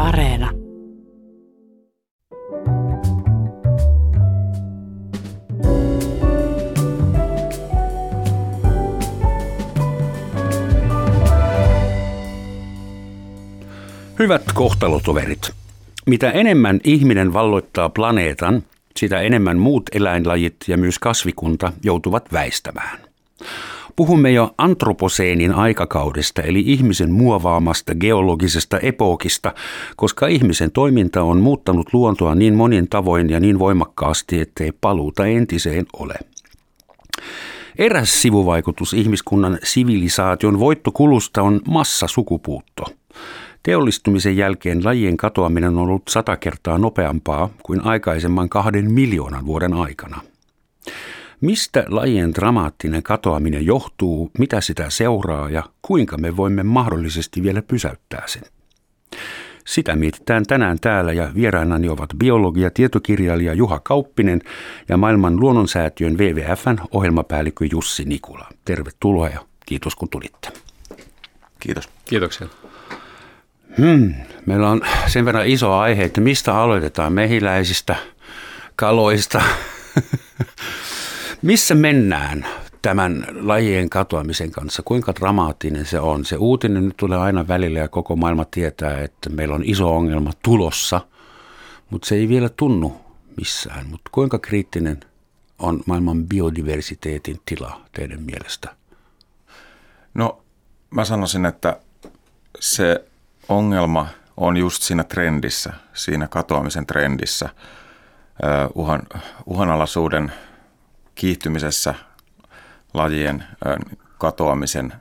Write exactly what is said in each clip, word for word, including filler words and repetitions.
Areena. Hyvät kohtalotoverit, mitä enemmän ihminen valloittaa planeetan, sitä enemmän muut eläinlajit ja myös kasvikunta joutuvat väistämään. Puhumme jo antroposeenin aikakaudesta eli ihmisen muovaamasta geologisesta epookista, koska ihmisen toiminta on muuttanut luontoa niin monin tavoin ja niin voimakkaasti, ettei paluuta entiseen ole. Eräs sivuvaikutus ihmiskunnan sivilisaation voittokulusta on massasukupuutto. Teollistumisen jälkeen lajien katoaminen on ollut sata kertaa nopeampaa kuin aikaisemman kahden miljoonan vuoden aikana. Mistä lajien dramaattinen katoaminen johtuu, mitä sitä seuraa ja kuinka me voimme mahdollisesti vielä pysäyttää sen? Sitä mietitään tänään täällä ja vierainani ovat biologia- tietokirjailija Juha Kauppinen ja maailman luonnonsäätiön W W F:n ohjelmapäällikkö Jussi Nikula. Tervetuloa ja kiitos kun tulitte. Kiitos. Kiitoksia. Hmm, meillä on sen verran iso aihe, että mistä aloitetaan, mehiläisistä, kaloista. Missä mennään tämän lajien katoamisen kanssa? Kuinka dramaattinen se on? Se uutinen nyt tulee aina välillä ja koko maailma tietää, että meillä on iso ongelma tulossa, mutta se ei vielä tunnu missään. Mutta kuinka kriittinen on maailman biodiversiteetin tila teidän mielestä? No mä sanoisin, että se ongelma on just siinä trendissä, siinä katoamisen trendissä, uhan, uhanalaisuuden kiihtymisessä, lajien katoamisen,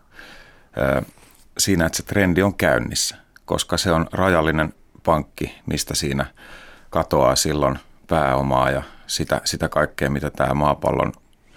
siinä, että se trendi on käynnissä, koska se on rajallinen pankki, mistä siinä katoaa silloin pääomaa ja sitä, sitä kaikkea, mitä tämä maapallon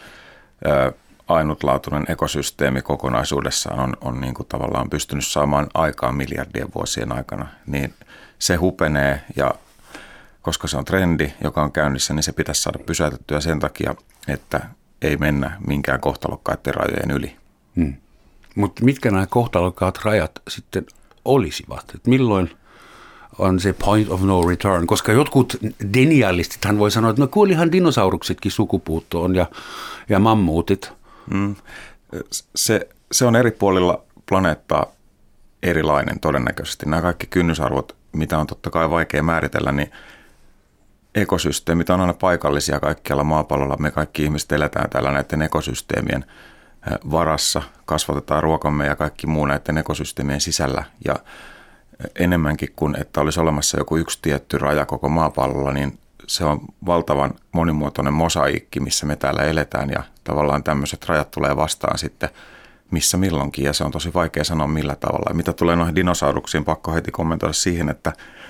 ainutlaatuinen ekosysteemi kokonaisuudessaan on, on niin kuin tavallaan pystynyt saamaan aikaan miljardien vuosien aikana, niin se hupenee ja koska se on trendi, joka on käynnissä, niin se pitäisi saada pysäytettyä sen takia, että ei mennä minkään kohtalokkaiden rajojen yli. Hmm. Mutta mitkä nämä kohtalokkaat rajat sitten olisivat? Et milloin on se point of no return? Koska jotkut denialistithan voi sanoa, että no kuolihan dinosauruksetkin sukupuuttoon ja, ja mammuutit. Mm. Se, se on eri puolilla planeettaa erilainen todennäköisesti. Nämä kaikki kynnysarvot, mitä on totta kai vaikea määritellä, niin ekosysteemit on aina paikallisia kaikkialla maapallolla. Me kaikki ihmiset eletään täällä näiden ekosysteemien varassa, kasvatetaan ruokamme ja kaikki muu näiden ekosysteemien sisällä. Ja enemmänkin kuin, että olisi olemassa joku yksi tietty raja koko maapallolla, niin se on valtavan monimuotoinen mosaiikki, missä me täällä eletään ja tavallaan tämmöiset rajat tulee vastaan sitten missä milloinkin ja se on tosi vaikea sanoa millä tavalla. Ja mitä tulee noihin dinosauruksiin, pakko heti kommentoida siihen, että,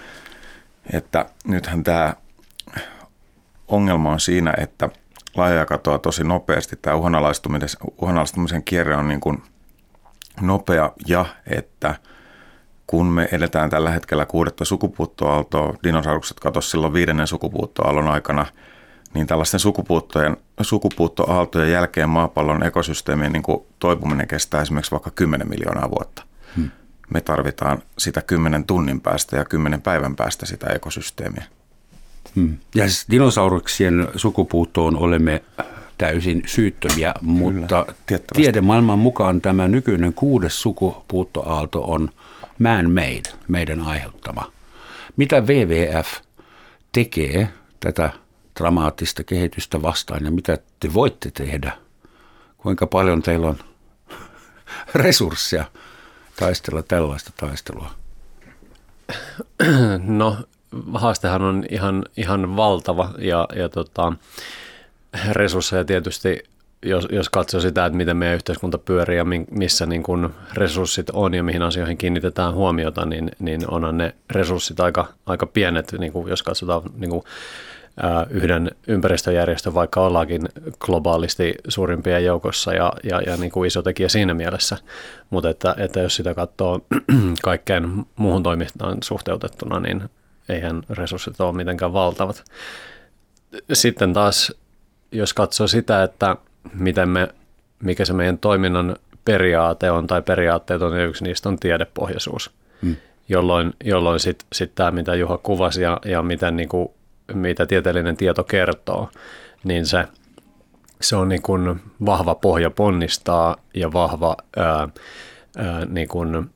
että nythän tämä ongelma on siinä, että lajeja katoaa tosi nopeasti. Tämä uhanalaistumisen, uhanalaistumisen kierre on niin kuin nopea ja että kun me edetään tällä hetkellä kuudetta sukupuuttoaaltoa, dinosaurukset katosi silloin viidennen sukupuuttoaallon aikana, niin tällaisten sukupuuttojen, sukupuuttoaaltojen jälkeen maapallon ekosysteemien niin kuin toipuminen kestää esimerkiksi vaikka kymmenen miljoonaa vuotta. Hmm. Me tarvitaan sitä kymmenen tunnin päästä ja kymmenen päivän päästä sitä ekosysteemiä. Hmm. Ja siis dinosauruksien sukupuuttoon olemme täysin syyttömiä, mutta tiedemaailman mukaan tämä nykyinen kuudes sukupuuttoaalto on man-made, meidän aiheuttama. Mitä W W F tekee tätä dramaattista kehitystä vastaan ja mitä te voitte tehdä? Kuinka paljon teillä on resursseja taistella tällaista taistelua? No haastehan on ihan, ihan valtava ja, ja tota, resursseja tietysti, jos, jos katsoo sitä, että miten meidän yhteiskunta pyörii ja missä niin kun resurssit on ja mihin asioihin kiinnitetään huomiota, niin, niin onhan ne resurssit aika, aika pienet, niin kun, jos katsotaan niin kun, ää, yhden ympäristöjärjestön, vaikka ollaankin globaalisti suurimpien joukossa ja, ja, ja niin kuin iso tekijä siinä mielessä, mutta että, että jos sitä katsoo kaikkeen muuhun toimintaan suhteutettuna, niin eihän resurssit ole mitenkään valtavat. Sitten taas, jos katsoo sitä, että miten me, mikä se meidän toiminnan periaate on tai periaatteet on, ja yksi niistä on tiedepohjaisuus. Hmm. jolloin, jolloin sitten sit tämä, mitä Juha kuvasi ja, ja miten, niin kuin, mitä tieteellinen tieto kertoo, niin se, se on niin kuin vahva pohja ponnistaa ja vahva ää, ää, niin kuin,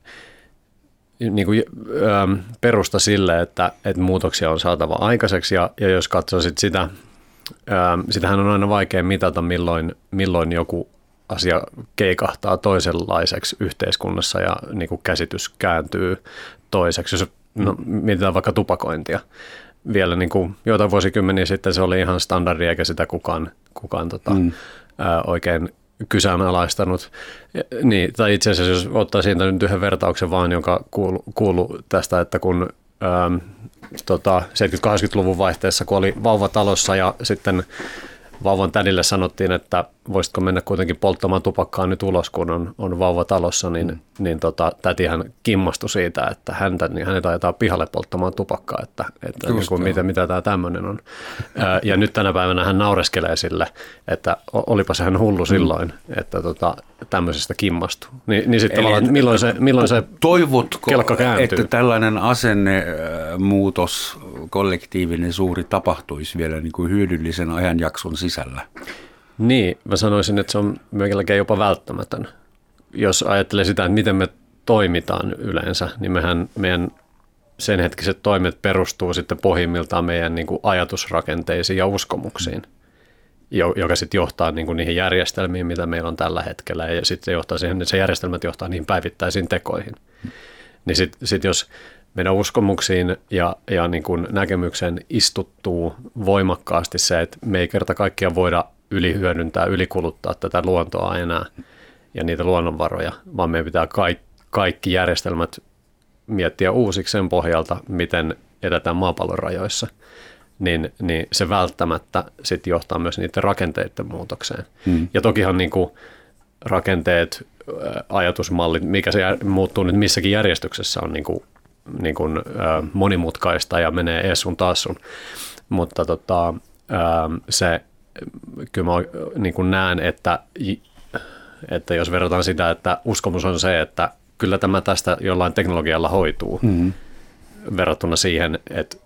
niin kuin, ää, perusta sille, että, että muutoksia on saatava aikaiseksi ja, ja jos katsoo sit sitä, ää, sitähän on aina vaikea mitata, milloin, milloin joku asia keikahtaa toisenlaiseksi yhteiskunnassa ja niin kuin käsitys kääntyy toiseksi. Jos no, mietitään vaikka tupakointia. Vielä niin kuin joitain vuosikymmeniä sitten se oli ihan standardi, eikä sitä kukaan, kukaan tota, mm. ää, oikein kyseenalaistanut. Niin, tai itse asiassa jos ottaa siitä nyt yhden vertauksen vaan, joka kuulu, kuulu tästä, että kun ää, tota, seitsemänkymmentä-kahdeksankymmentäluvun vaihteessa, kun oli vauva talossa ja sitten vauvan tädille sanottiin, että voisitko mennä kuitenkin polttamaan tupakkaa nyt ulos, kun on, on vauva talossa, niin, mm. niin tota, tätihän kimmastui siitä, että häntä, niin hänet ajetaan pihalle polttamaan tupakkaa, että, että niin kuin, mitä, mitä tämä tämmöinen on. Ja nyt tänä päivänä hän naureskelee sille, että olipa se hän hullu silloin, mm. että tota, tämmöisestä kimmastui. Ni, niin sitten tavallaan, milloin se, milloin se toivotko, kelkka kääntyy? Että tällainen asennemuutos, kollektiivinen suuri tapahtuisi vielä niin kuin hyödyllisen ajanjakson sisällä? Niin, mä sanoisin, että se on melkein jopa välttämätön. Jos ajattelee sitä, että miten me toimitaan yleensä, niin mehän, meidän sen hetkiset toimet perustuu sitten pohjimmiltaan meidän niin kuin ajatusrakenteisiin ja uskomuksiin, joka sitten johtaa niin kuin niihin järjestelmiin, mitä meillä on tällä hetkellä, ja sitten se johtaa siihen, että se järjestelmät johtaa niihin päivittäisiin tekoihin. Niin sitten sit jos meidän uskomuksiin ja, ja niin kuin näkemykseen istuttuu voimakkaasti se, että me ei kerta kaikkiaan voida ylihyödyntää, ylikuluttaa tätä luontoa enää ja niitä luonnonvaroja, vaan meidän pitää kaikki, kaikki järjestelmät miettiä uusiksi sen pohjalta, miten edetään maapallon rajoissa, niin, niin se välttämättä sitten johtaa myös niiden rakenteiden muutokseen. Hmm. Ja tokihan niin kuin rakenteet, ajatusmallit, mikä se muuttuu nyt missäkin järjestyksessä on niin kuin, niin kuin, monimutkaista ja menee ees sun taas sun, mutta tota, se kyllä mä niin kuin näen, että, että jos verrataan sitä, että uskomus on se, että kyllä tämä tästä jollain teknologialla hoituu mm-hmm. verrattuna siihen, että,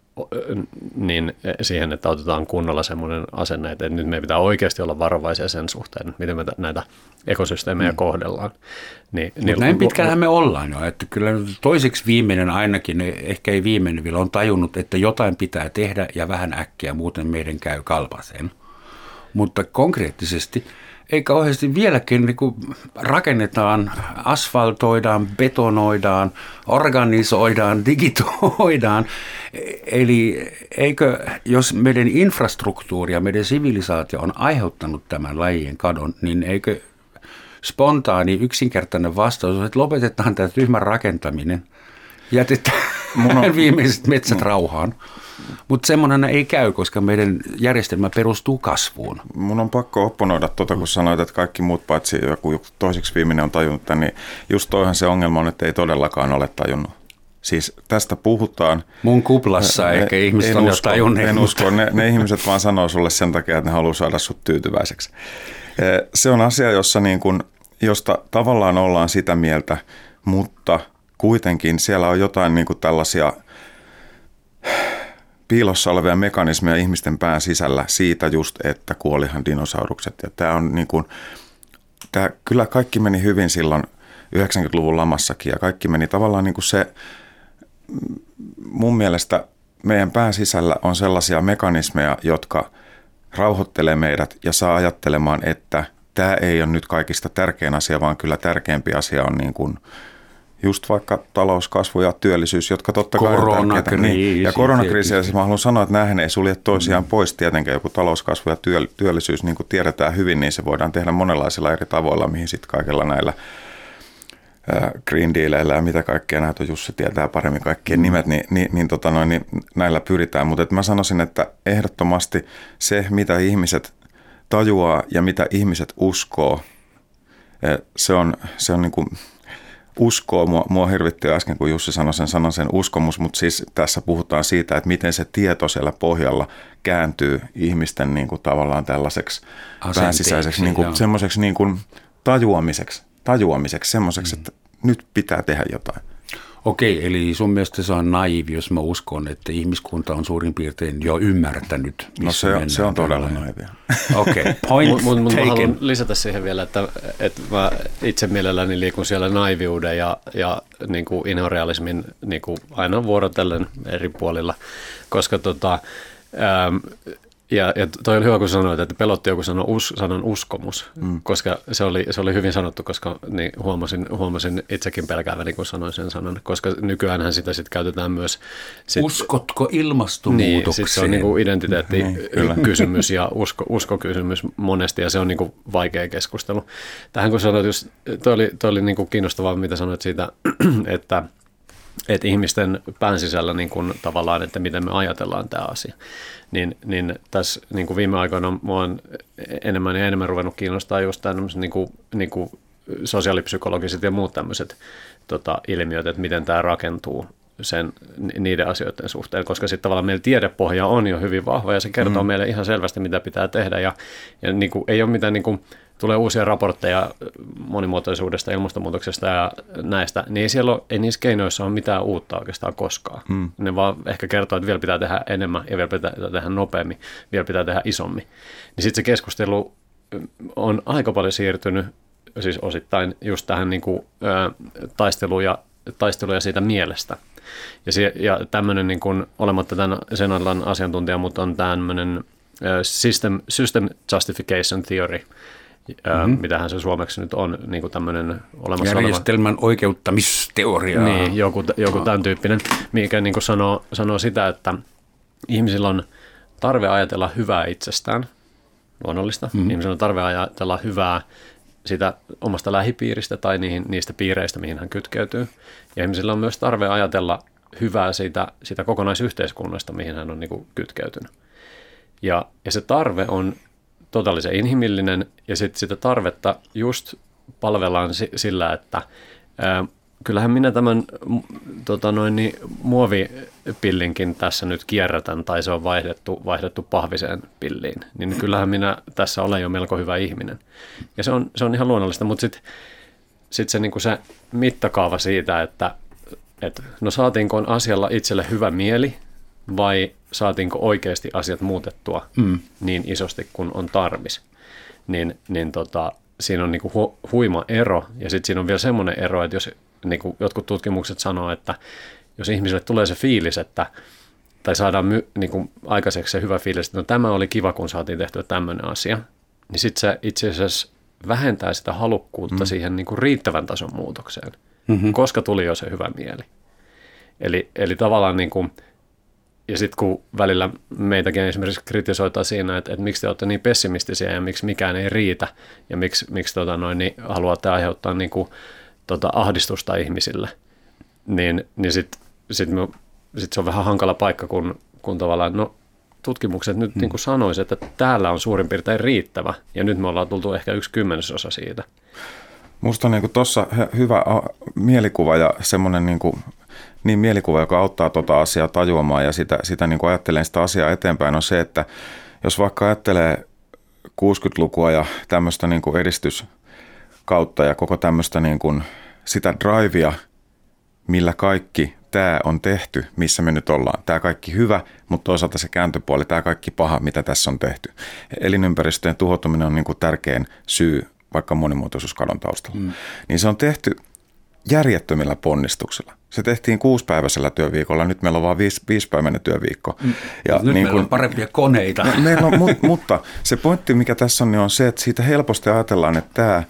niin siihen, että otetaan kunnolla semmoinen asenne, että nyt meidän pitää oikeasti olla varovaisia sen suhteen, miten me näitä ekosysteemejä mm. kohdellaan. Niin, niin, näin pitkään me ollaan jo, että kyllä toiseksi viimeinen ainakin, ehkä ei viimeinen vielä, on tajunnut, että jotain pitää tehdä ja vähän äkkiä, muuten meidän käy kalpaseen. Mutta konkreettisesti ei kauheasti vieläkin niin kuin rakennetaan, asfaltoidaan, betonoidaan, organisoidaan, digitoidaan. Eli eikö, jos meidän infrastruktuuri ja meidän sivilisaatio on aiheuttanut tämän lajien kadon, niin eikö spontaani, yksinkertainen vastaus, että lopetetaan tämä tyhmän rakentaminen, jätetään on viimeiset metsät rauhaan. Mutta semmoinen ei käy, koska meidän järjestelmä perustuu kasvuun. Mun on pakko opponoida tuota, kun sanoit, että kaikki muut paitsi joku toiseksi viimeinen on tajunnut tämän, niin just toihan se ongelma on, että ei todellakaan ole tajunnut. Siis tästä puhutaan. Mun kuplassa ehkä ne, ihmiset on jo tajunneet. En usko, ne, ne ihmiset vaan sanoo sulle sen takia, että ne haluaa saada sut tyytyväiseksi. Se on asia, jossa niin kun, josta tavallaan ollaan sitä mieltä, mutta kuitenkin siellä on jotain niin kuin tällaisia piilossa olevia mekanismeja ihmisten pään sisällä siitä just, että kuolihan dinosaurukset. Ja tämä on niin kuin, tämä, kyllä kaikki meni hyvin silloin yhdeksänkymmentäluvun lamassakin ja kaikki meni tavallaan niin kuin se, mun mielestä meidän pään sisällä on sellaisia mekanismeja, jotka rauhoittelee meidät ja saa ajattelemaan, että tämä ei ole nyt kaikista tärkein asia, vaan kyllä tärkeämpi asia on niin kuin just vaikka talouskasvu ja työllisyys, jotka totta kai on tärkeitä. Niin, ja koronakriisi, ja siis mä haluan sanoa, että nämähän ei sulje toisiaan mm. pois. Tietenkään joku talouskasvu ja työllisyys, niin kuin tiedetään hyvin, niin se voidaan tehdä monenlaisilla eri tavoilla, mihin sitten kaikilla näillä Green Dealeillä ja mitä kaikkea näitä Jussi tietää paremmin kaikkien mm. nimet, niin, niin, niin, tota noin, niin näillä pyritään. Mutta mä sanoisin, että ehdottomasti se, mitä ihmiset tajuaa ja mitä ihmiset uskoo, se on, se on niin kuin uskoo. Mua, mua hirvitti äsken, kun Jussi sanoi sen sanan sen uskomus, mutta siis tässä puhutaan siitä, että miten se tieto siellä pohjalla kääntyy ihmisten niin kuin tavallaan tällaiseksi päänsisäiseksi niin kuin, semmoiseksi niin kuin tajuamiseksi, tajuamiseksi semmoiseksi, mm. että nyt pitää tehdä jotain. Okei, eli sun mielestä se on naivi, jos mä uskon, että ihmiskunta on suurin piirtein jo ymmärtänyt, missä No se, se on todella naivia. Okei, okay, point Mut, mut, mut mä taken. haluan lisätä siihen vielä, että, että mä itse mielelläni liikun siellä naiviuden ja, ja niin kuin inhorealismin niin kuin aina vuorotellen eri puolilla, koska tota, ähm, ja, ja toi oli hyvä, kun sanoit, että pelotti joku sanon, us, sanon uskomus, mm. koska se oli, se oli hyvin sanottu, koska niin huomasin, huomasin itsekin pelkääväni, kun sanoin sen sanan, koska nykyäänhän sitä sitten käytetään myös. Sit, Uskotko ilmastonmuutokseen? Niin, sit se on niinku identiteettikysymys ja usko, uskokysymys monesti, ja se on niinku vaikea keskustelu. Tähän kun sanoit, just, toi oli, toi oli niinku kiinnostavaa, mitä sanoit siitä, että että ihmisten pään sisällä niin kuin tavallaan, että miten me ajatellaan tämä asia. Niin, niin tässä niin kuin viime aikoina mua on enemmän ja enemmän ruvennut kiinnostaa just tämmöiset niin kuin, niin kuin sosiaalipsykologiset ja muut tämmöiset tota, ilmiöt, että miten tämä rakentuu sen, niiden asioiden suhteen, koska sitten tavallaan meillä tiedepohja on jo hyvin vahva ja se kertoo mm. meille ihan selvästi, mitä pitää tehdä ja, ja niin kuin, ei ole mitään niin kuin, tulee uusia raportteja monimuotoisuudesta, ilmastonmuutoksesta ja näistä, niin ei, siellä ole, ei niissä keinoissa ole mitään uutta oikeastaan koskaan. Mm. Ne vaan ehkä kertoo, että vielä pitää tehdä enemmän ja vielä pitää tehdä nopeammin, vielä pitää tehdä isommin. Niin sitten se keskustelu on aika paljon siirtynyt, siis osittain just tähän niin kuin, ä, taisteluun ja, taisteluja siitä mielestä. Ja, se, ja tämmöinen, niin kuin, olematta tämän sen alan asiantuntija, mutta on tämmöinen ä, system, system justification theory, Mm-hmm. mitähän se suomeksi nyt on, niin kuin tämmöinen olemassa oleva. Järjestelmän oikeuttamisteoria. Niin, joku, joku tämän tyyppinen, mikä niin kuin sanoo, sanoo sitä, että ihmisillä on tarve ajatella hyvää itsestään, luonnollista. Mm-hmm. Ihmisillä on tarve ajatella hyvää sitä omasta lähipiiristä tai niihin, niistä piireistä, mihin hän kytkeytyy. Ja ihmisillä on myös tarve ajatella hyvää siitä, siitä kokonaisyhteiskunnasta, mihin hän on niin kuin kytkeytynyt. Ja, ja se tarve on totaalisen inhimillinen, ja sitten sitä tarvetta just palvellaan sillä, että ää, kyllähän minä tämän tota noin, niin, muovipillinkin tässä nyt kierrätän, tai se on vaihdettu, vaihdettu pahviseen pilliin, niin kyllähän minä tässä olen jo melko hyvä ihminen. Ja se on, se on ihan luonnollista, mutta sitten sit se, niin se mittakaava siitä, että et, no saatiinko asialla itselle hyvä mieli, vai saatiinko oikeasti asiat muutettua mm. niin isosti kuin on tarvis, niin, niin tota, siinä on niinku hu, huima ero. Ja sitten siinä on vielä semmoinen ero, että jos niinku jotkut tutkimukset sanoo, että jos ihmisille tulee se fiilis, että, tai saadaan my, niinku aikaiseksi se hyvä fiilis, että no, tämä oli kiva, kun saatiin tehtyä tämmöinen asia, niin sitten se itse asiassa vähentää sitä halukkuutta mm. siihen niinku riittävän tason muutokseen, mm-hmm. koska tuli jo se hyvä mieli. Eli, eli tavallaan niinku ja sitten kun välillä meitäkin esimerkiksi kritisoitaan siinä, että, että miksi te olette niin pessimistisiä ja miksi mikään ei riitä ja miksi, miksi tota noin, niin haluatte aiheuttaa niin kuin, tota, ahdistusta ihmisille, niin, niin sitten sit sit se on vähän hankala paikka, kun, kun tavallaan no, tutkimukset nyt hmm. niin kuin sanoisi, että täällä on suurin piirtein riittävä ja nyt me ollaan tultu ehkä yksi kymmenesosa siitä. Musta on niin tuossa hyvä mielikuva ja semmoinen niin kuin niin mielikuva, joka auttaa tuota asiaa tajuamaan ja sitä, sitä niin kuin ajattelen sitä asiaa eteenpäin, on se, että jos vaikka ajattelee kuusikymmentälukua ja tämmöistä niin kuin edistyskautta ja koko tämmöistä niin kuin sitä drivea, millä kaikki tämä on tehty, missä me nyt ollaan. Tämä kaikki hyvä, mutta toisaalta se kääntöpuoli, tämä kaikki paha, mitä tässä on tehty. Elinympäristöjen tuhoutuminen on niin kuin tärkein syy vaikka monimuotoisuuskadon taustalla. Mm. Niin se on tehty järjettömillä ponnistuksilla. Se tehtiin kuusipäiväisellä työviikolla, nyt meillä on vain viisi, viisipäiväinen työviikko. Ja nyt niin meillä kun, on parempia koneita. No, meillä on, mu, mutta se pointti, mikä tässä on, niin on se, että siitä helposti ajatellaan, että tämä,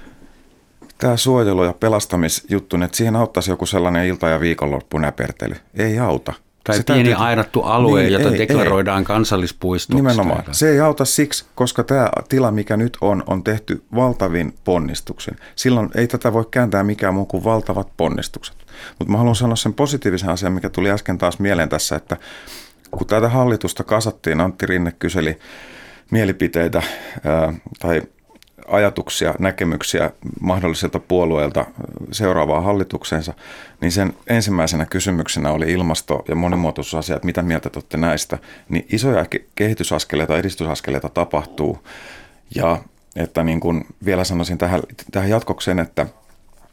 tämä suojelu- ja pelastamisjuttu, että siihen auttaisi joku sellainen ilta- ja viikonloppu näpertely. Ei auta. Tai se pieni täytyy aidattu alue, niin, jota ei, deklaroidaan ei. kansallispuistoksi. Nimenomaan. Se ei auta siksi, koska tämä tila, mikä nyt on, on tehty valtavin ponnistuksin. Silloin ei tätä voi kääntää mikään muu kuin valtavat ponnistukset. Mutta mä haluan sanoa sen positiivisen asian, mikä tuli äsken taas mieleen tässä, että kun tätä hallitusta kasattiin, Antti Rinne kyseli mielipiteitä ää, tai ajatuksia, näkemyksiä mahdollisilta puolueilta seuraavaan hallitukseensa, niin sen ensimmäisenä kysymyksenä oli ilmasto- ja monimuotoisuusasiat, mitä mieltä te olette näistä, niin isoja kehitysaskeleita, edistysaskeleita tapahtuu. Ja että niin kuin vielä sanoisin tähän, tähän jatkokseen, että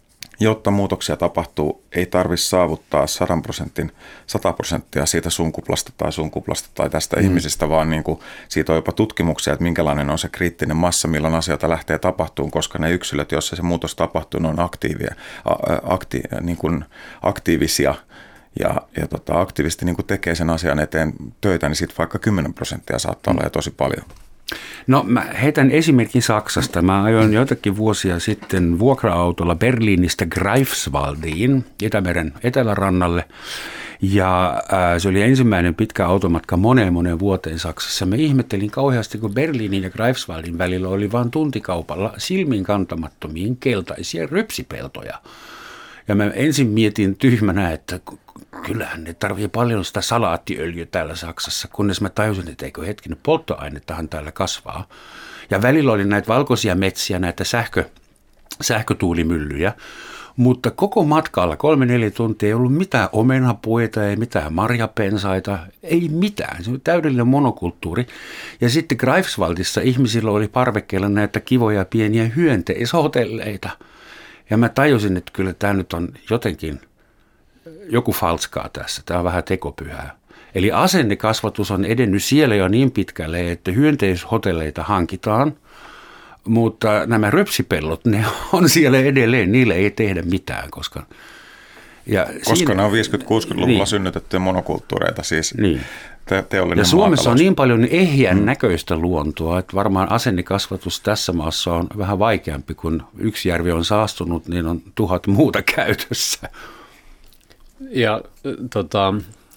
jotta muutoksia tapahtuu, ei tarvitse saavuttaa sadan prosentin, sata prosenttia siitä sun kuplasta tai sun kuplasta tai tästä mm. ihmisistä, vaan niin kuin siitä on jopa tutkimuksia, että minkälainen on se kriittinen massa, milloin asioita lähtee tapahtumaan, koska ne yksilöt, joissa se muutos tapahtuu, ne on aktiivia, akti, niin kuin aktiivisia ja, ja tota, aktiivisesti niin kuin tekee sen asian eteen töitä, niin sitten vaikka kymmenen prosenttia saattaa mm. olla jo tosi paljon. No mä heitän esimerkin Saksasta. Mä ajoin joitakin vuosia sitten vuokra-autolla Berliinistä Greifswaldiin, Itämeren etelärannalle. Ja äh, se oli ensimmäinen pitkä automatka moneen moneen vuoteen Saksassa. Mä ihmettelin kauheasti, kun Berliinin ja Greifswaldin välillä oli vain tuntikaupalla silmiin kantamattomiin keltaisia rypsipeltoja. Ja mä ensin mietin tyhmänä, että kyllähän ne tarvii paljon sitä salaattiöljyä täällä Saksassa, kunnes mä tajusin, että eikö hetkinen, polttoainettahan täällä kasvaa. Ja välillä oli näitä valkoisia metsiä, näitä sähkö, sähkötuulimyllyjä, mutta koko matkalla kolme neljä tuntia ei ollut mitään omenapuita, ei mitään marjapensaita, ei mitään. Se oli täydellinen monokulttuuri. Ja sitten Greifswaldissa ihmisillä oli parvekkeella näitä kivoja pieniä hyönteishotelleita. Ja mä tajusin, että kyllä tämä nyt on jotenkin joku falskaa tässä. Tämä on vähän tekopyhää. Eli asennekasvatus on edennyt siellä jo niin pitkälle, että hyönteishotelleita hankitaan, mutta nämä rypsipellot, ne on siellä edelleen. Niille ei tehdä mitään, koska... Ja koska siinä, ne on viisikymmentä-kuusikymmentäluvulla niin, synnytettyjä monokulttuureita, siis niin. te, teollinen Ja Suomessa maatalous. on niin paljon ehjän mm. näköistä luontoa, että varmaan asennekasvatus tässä maassa on vähän vaikeampi, kun yksi järvi on saastunut, niin on tuhat muuta käytössä. Ja tota,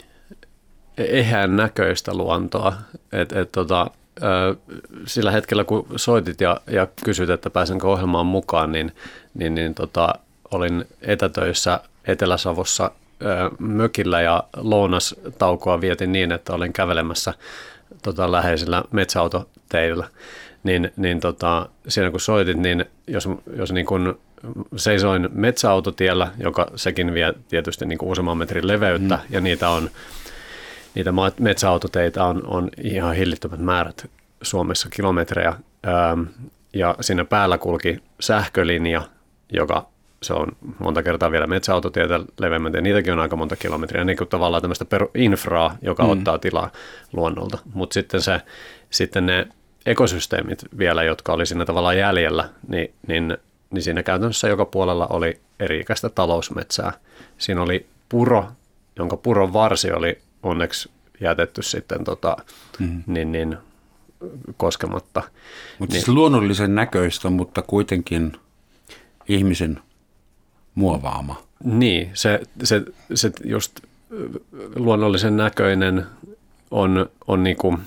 ehjän näköistä luontoa, että et, tota, sillä hetkellä kun soitit ja, ja kysyt, että pääsenkö ohjelmaan mukaan, niin, niin, niin tota, olin etätöissä Etelä-Savossa ö, mökillä ja lounastaukoa vietin niin, että olin kävelemässä tota, läheisillä metsäautoteillä. Niin, niin tota, siinä kun soitit, niin jos, jos niin kun seisoin metsäautotiellä, joka sekin vie tietysti niin kuin useamman metrin leveyttä, mm. ja niitä, on, niitä metsäautoteitä on, on ihan hillittömät määrät Suomessa kilometrejä, ähm, ja siinä päällä kulki sähkölinja, joka se on monta kertaa vielä metsäautotietä leveämmät, ja niitäkin on aika monta kilometriä, niin kuin tavallaan tämmöistä infraa, joka mm. ottaa tilaa luonnolta, mutta sitten, se, sitten ne ekosysteemit vielä, jotka oli siinä tavallaan jäljellä, niin, niin niin siinä käytännössä joka puolella oli eri-ikäistä talousmetsää. Siinä oli puro, jonka puron varsi oli onneksi jätetty sitten tota, mm-hmm. niin, niin, koskematta. Mutta niin, siis luonnollisen näköistä, mutta kuitenkin ihmisen muovaama. Niin, se, se, se just luonnollisen näköinen on, on niinku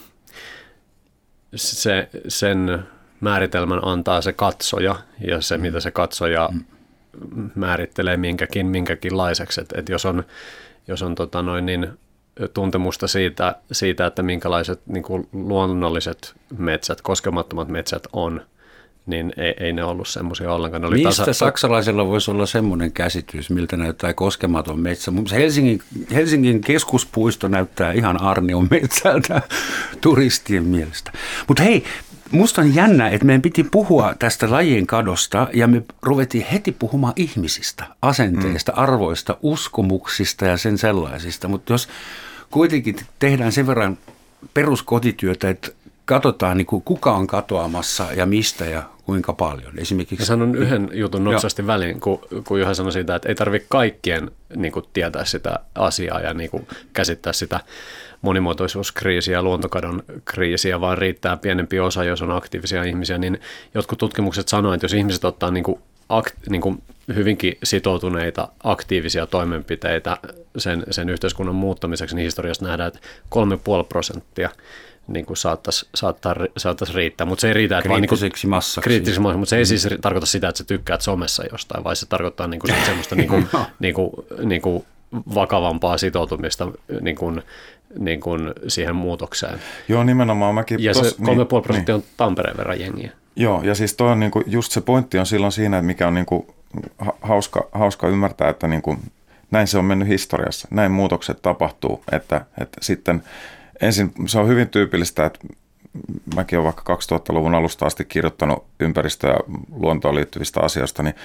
se, sen määritelmän antaa se katsoja ja se, mitä se katsoja määrittelee minkäkin, minkäkinlaiseksi. Et, et jos on, jos on tota noin niin, tuntemusta siitä, siitä, että minkälaiset niin kuin luonnolliset metsät, koskemattomat metsät on, niin ei, ei ne ollut semmoisia ollenkaan. Ne Mistä tasa- saksalaisella voisi olla semmoinen käsitys, miltä näyttää koskematon metsä? Helsingin, Helsingin keskuspuisto näyttää ihan Arnion metsältä turistien mielestä. Mutta hei, musta on jännä, että meidän piti puhua tästä lajien kadosta ja me ruvettiin heti puhumaan ihmisistä, asenteista, mm. arvoista, uskomuksista ja sen sellaisista. Mutta jos kuitenkin tehdään sen verran peruskotityötä, että katsotaan niin kuin kuka on katoamassa ja mistä ja kuinka paljon. Esimerkiksi... Mä sanon yhden jutun nopsasti väliin, kun, kun Juha sanoi siitä, että ei tarvitse kaikkien niin kuin, tietää sitä asiaa ja niin kuin, käsittää sitä monimuotoisuuskriisiä ja luontokadon kriisiä, vaan riittää pienempi osa, jos on aktiivisia ihmisiä, niin jotkut tutkimukset sanoo, että jos ihmiset ottaa niin kuin, akt, niin kuin hyvinkin sitoutuneita aktiivisia toimenpiteitä sen, sen yhteiskunnan muuttamiseksi, niin historiasta nähdään, että kolme pilkku viisi prosenttia niin kuin saattaisi, saattaa, saattaisi riittää, mutta se ei riitä, että kriittiseksi vaan, massaksi. Kriittiseksi massaksi, mutta se ei siis tarkoita sitä, että sä tykkäät somessa jostain, vaan se tarkoittaa niin kuin semmoista niin kuin, niin kuin, niin kuin vakavampaa sitoutumista niin kuin, niin kuin siihen muutokseen. Joo, nimenomaan. Mäkin ja tos, se kolme pilkku viisi prosenttia niin. on Tampereen verran jengiä. Joo, ja siis toi on niinku, just se pointti on silloin siinä, että mikä on niinku hauska, hauska ymmärtää, että niinku, näin se on mennyt historiassa. Näin muutokset tapahtuu, että, että sitten ensin se on hyvin tyypillistä, että mäkin olen vaikka kaksituhattaluvun alusta asti kirjoittanut ympäristö- ja luontoon liittyvistä asioista, niin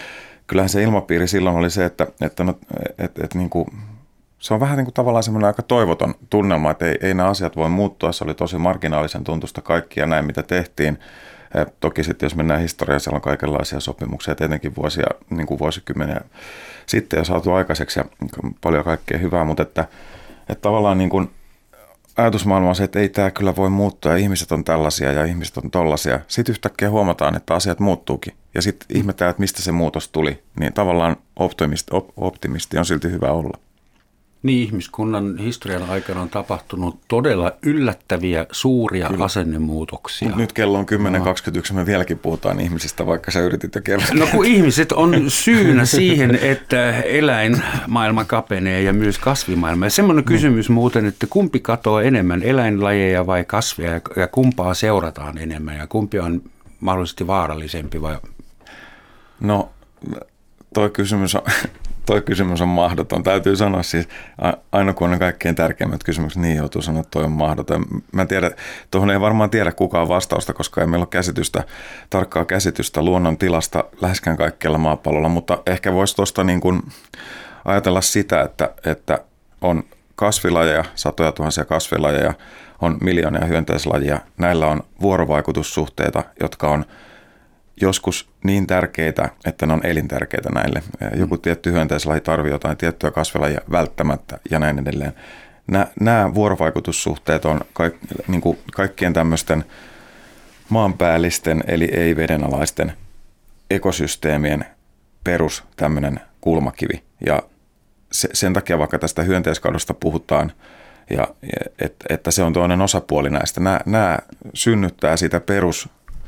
kyllähän se ilmapiiri silloin oli se, että, että, no, että, että niin kuin, se on vähän niin kuin tavallaan semmoinen aika toivoton tunnelma, että ei, ei nämä asiat voi muuttua. Se oli tosi marginaalisen tuntusta kaikkia näin, mitä tehtiin. Ja toki sitten, jos mennään historiaan, siellä on kaikenlaisia sopimuksia, tietenkin vuosia, niin kuin vuosikymmeniä sitten jo saatu aikaiseksi ja paljon kaikkea hyvää, mutta että, että tavallaan niin kuin ajatusmaailma on se, että ei tämä kyllä voi muuttua ja ihmiset on tällaisia ja ihmiset on tollaisia. Sitten yhtäkkiä huomataan, että asiat muuttuukin ja sitten ihmetään, että mistä se muutos tuli. Niin tavallaan optimisti, op, optimisti on silti hyvä olla. Niin, ihmiskunnan historian aikana on tapahtunut todella yllättäviä, suuria Kyllä. asennemuutoksia. Mut nyt kello on kymmenen kaksikymmentäyksi, me vieläkin puhutaan ihmisistä, vaikka sä yritit jo kertoa. No kun ihmiset on syynä siihen, että eläinmaailma kapenee ja myös kasvimaailma. Ja semmoinen kysymys muuten, että kumpi katoaa enemmän, eläinlajeja vai kasveja, ja kumpaa seurataan enemmän, ja kumpi on mahdollisesti vaarallisempi vai? No, toi kysymys on... Toi kysymys on mahdoton. Täytyy sanoa siis, aina kun on kaikkein tärkeimmät kysymykset, niin joutuu sanoa, että toi on mahdoton. Mä en tiedä, tuohon ei varmaan tiedä kukaan vastausta, koska ei meillä ole käsitystä, tarkkaa käsitystä luonnon tilasta läheskään kaikkialla maapallolla, mutta ehkä voisi tuosta niin kuin ajatella sitä, että, että on kasvilajeja, satoja tuhansia kasvilajeja, on miljoonia hyönteislajia. Näillä on vuorovaikutussuhteita, jotka on joskus niin tärkeitä, että ne on elintärkeitä näille. Joku tietty hyönteislaji tarvitsee jotain tiettyä kasvilajia välttämättä ja näin edelleen. Nämä, nämä vuorovaikutussuhteet on kaik, niin kuin kaikkien tämmöisten maanpäällisten eli ei-vedenalaisten ekosysteemien perus tämmöinen kulmakivi. Ja se, sen takia vaikka tästä hyönteiskadosta puhutaan, ja, et, että se on toinen osapuoli näistä. Nämä, nämä synnyttää sitä perus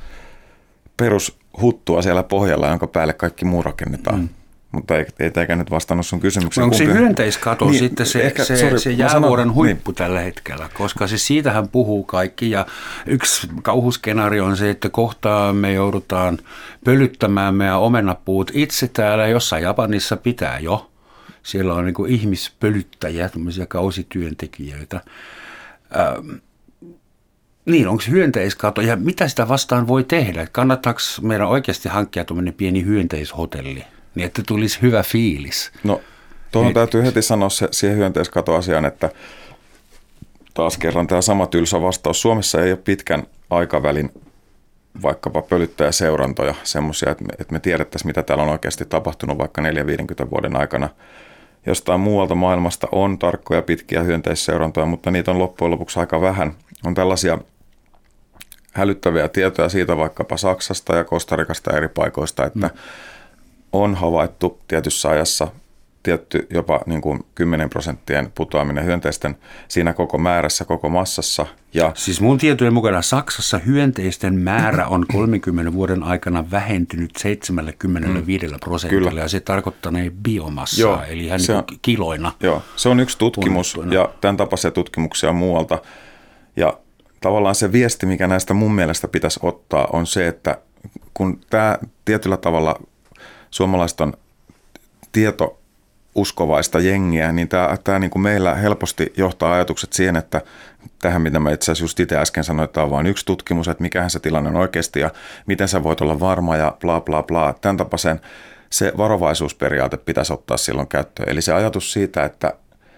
perushuttua siellä pohjalla, jonka päälle kaikki muu rakennetaan. Mm. Mutta ei, ei tämäkään nyt vastannut sun kysymykseen. Onko se hyönteiskato niin, sitten se, ehkä, se, sorry, se jäävuoren huippu niin. tällä hetkellä? Koska se siitähän puhuu kaikki. Ja yksi kauhuskenaario on se, että kohta me joudutaan pölyttämään meidän omenapuut itse täällä. Jossain Japanissa pitää jo. Siellä on niin kuin ihmispölyttäjiä, tämmöisiä kausityöntekijöitä. Ähm, Niin, onko hyönteiskato ja mitä sitä vastaan voi tehdä? Kannattaako meidän oikeasti hankkia tuommoinen pieni hyönteishotelli, niin että tulisi hyvä fiilis? No, tuohon täytyy heti sanoa se, siihen hyönteiskatoasiaan, että taas kerran tämä sama tylsä vastaus. Suomessa ei ole pitkän aikavälin vaikkapa pölyttäjäseurantoja, semmoisia, että me, että me tiedettäisiin, mitä täällä on oikeasti tapahtunut vaikka neljäkymmentä viisikymmentä vuoden aikana. Jostain muualta maailmasta on tarkkoja pitkiä hyönteisseurantoja, mutta niitä on loppujen lopuksi aika vähän. On tällaisia hälyttäviä tietoja siitä vaikkapa Saksasta ja Kostarikasta eri paikoista, että mm. on havaittu tietyssä ajassa tietty jopa niin kuin kymmenen prosenttien putoaminen hyönteisten siinä koko määrässä, koko massassa. Ja siis mun tietojen mukana Saksassa hyönteisten määrä on kolmenkymmenen vuoden aikana vähentynyt seitsemänkymmentäviisi prosentilla mm. ja se tarkoittaa biomassaa, joo, eli ihan niin kuin kiloina. Joo, se on yksi tutkimus ja tämän tapaisia tutkimuksia muualta. Ja tavallaan se viesti, mikä näistä mun mielestä pitäisi ottaa, on se, että kun tämä tietyllä tavalla suomalaiset on tietouskovaista jengiä, niin tämä, tämä niin kuin meillä helposti johtaa ajatukset siihen, että tähän, mitä mä itse asiassa just itse äsken sanoin, että on vain yksi tutkimus, että mikähän se tilanne on oikeasti ja miten sä voit olla varma ja bla bla bla. Tämän tapaisen se varovaisuusperiaate pitäisi ottaa silloin käyttöön. Eli se ajatus siitä, että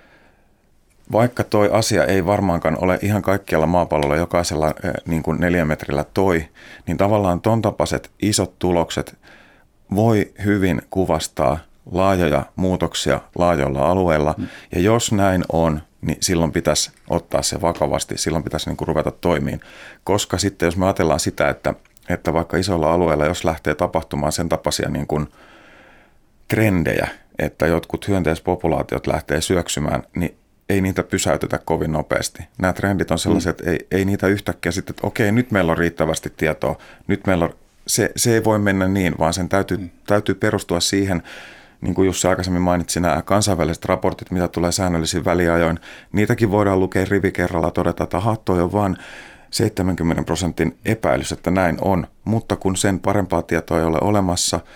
vaikka toi asia ei varmaankaan ole ihan kaikkialla maapallolla jokaisella niin kuin neliömetrillä toi, niin tavallaan ton tapaiset isot tulokset voi hyvin kuvastaa laajoja muutoksia laajoilla alueilla. Mm. Ja jos näin on, niin silloin pitäisi ottaa se vakavasti, silloin pitäisi niin kuin ruveta toimiin. Koska sitten jos me ajatellaan sitä, että, että vaikka isoilla alueilla, jos lähtee tapahtumaan sen tapaisia niin kuin trendejä, että jotkut hyönteispopulaatiot lähtee syöksymään, niin ei niitä pysäytetä kovin nopeasti. Nämä trendit on sellaiset, että ei, ei niitä yhtäkkiä sitten, että okei, nyt meillä on riittävästi tietoa, nyt meillä on, se, se ei voi mennä niin, vaan sen täytyy, täytyy perustua siihen, niin kuin Jussi aikaisemmin mainitsi, nämä kansainväliset raportit, mitä tulee säännöllisiin väliajoin, niitäkin voidaan lukea rivi kerralla todeta, että aha, toi on vaan seitsemänkymmentä prosentin epäilys, että näin on, mutta kun sen parempaa tietoa ei ole olemassa,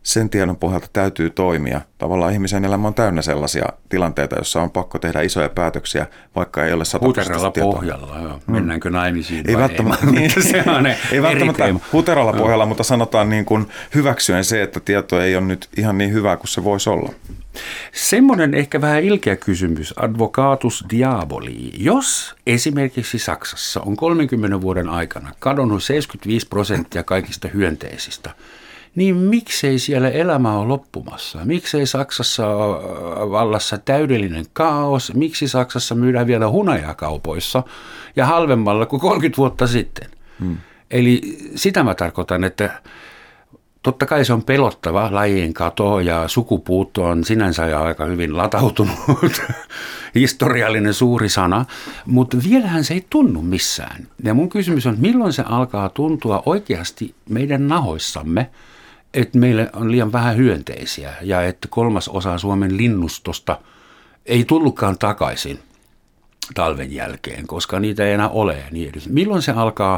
sen tiedon pohjalta täytyy toimia. Tavallaan ihmisen elämä on täynnä sellaisia tilanteita, joissa on pakko tehdä isoja päätöksiä, vaikka ei ole sataprosenttista tietoa. Huteralla pohjalla, joo. Mennäänkö naimisiin ei vai välttämättä, ei? Niin, se on ei välttämättä huteralla pohjalla, mutta sanotaan niin kuin hyväksyen se, että tieto ei ole nyt ihan niin hyvä kuin se voisi olla. Semmoinen ehkä vähän ilkeä kysymys, advocatus diaboli. Jos esimerkiksi Saksassa on kolmenkymmenen vuoden aikana kadonnut seitsemänkymmentäviisi prosenttia kaikista hyönteisistä, niin miksei siellä elämä ole loppumassa? Miksei Saksassa ole vallassa täydellinen kaos? Miksi Saksassa myydään vielä hunajaa kaupoissa ja halvemmalla kuin kolmekymmentä vuotta sitten? Hmm. Eli sitä mä tarkoitan, että totta kai se on pelottava lajien kato ja sukupuutto on sinänsä jo aika hyvin latautunut historiallinen suuri sana, mutta vielähän se ei tunnu missään. Ja mun kysymys on, milloin se alkaa tuntua oikeasti meidän nahoissamme, että meillä on liian vähän hyönteisiä ja että kolmas osa Suomen linnustosta ei tullutkaan takaisin talven jälkeen, koska niitä ei enää ole. Niin edes. Milloin se alkaa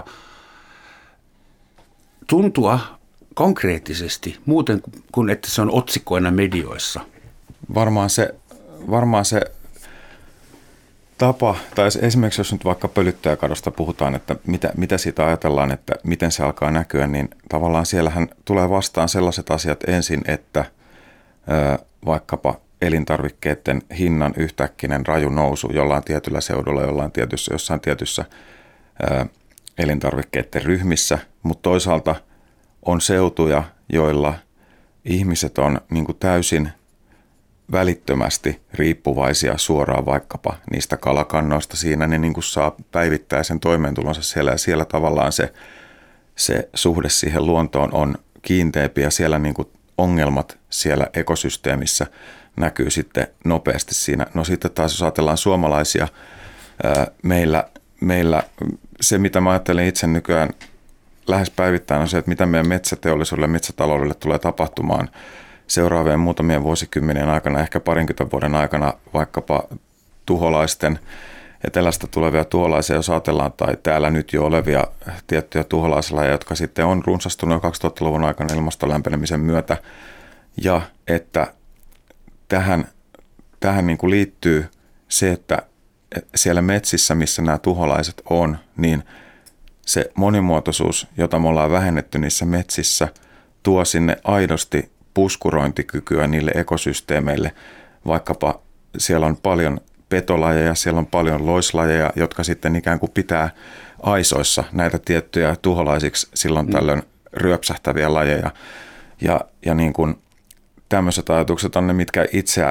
tuntua konkreettisesti, muuten kuin että se on otsikkoina medioissa? Varmaan se, varmaan se tapa, tai esimerkiksi jos nyt vaikka pölyttäjäkadosta puhutaan, että mitä, mitä siitä ajatellaan, että miten se alkaa näkyä, niin tavallaan siellähän tulee vastaan sellaiset asiat ensin, että ö, vaikkapa elintarvikkeiden hinnan yhtäkkinen raju nousu jollain tietyllä seudulla, jollain tietyssä, jossain tietyssä ö, elintarvikkeiden ryhmissä, mutta toisaalta on seutuja, joilla ihmiset on niin kuin täysin välittömästi riippuvaisia suoraan vaikkapa niistä kalakannoista. Siinä ne niin kuin saa päivittäisen toimeentulonsa siellä ja siellä tavallaan se, se suhde siihen luontoon on kiinteämpi ja siellä niin kuin ongelmat siellä ekosysteemissä näkyy sitten nopeasti siinä. No sitten taas jos ajatellaan suomalaisia, meillä, meillä se mitä mä ajattelen itse nykyään lähes päivittäin on se, että mitä meidän metsäteollisuudelle ja metsätaloudelle tulee tapahtumaan seuraavien muutamien vuosikymmenien aikana, ehkä parinkymmentä vuoden aikana, vaikkapa tuholaisten, etelästä tulevia tuholaisia, jos ajatellaan, tai täällä nyt jo olevia tiettyjä tuholaislajeja, jotka sitten on runsastunut jo kaksituhattaluvun aikana ilmaston lämpenemisen myötä, ja että tähän, tähän niin kuin liittyy se, että siellä metsissä, missä nämä tuholaiset on, niin se monimuotoisuus, jota me ollaan vähennetty niissä metsissä, tuo sinne aidosti puskurointikykyä niille ekosysteemeille. Vaikkapa siellä on paljon petolajeja, siellä on paljon loislajeja, jotka sitten ikään kuin pitää aisoissa näitä tiettyjä tuholaisiksi silloin tällöin ryöpsähtäviä lajeja. Ja, ja niin kuin tämmöiset ajatukset on ne, mitkä itseä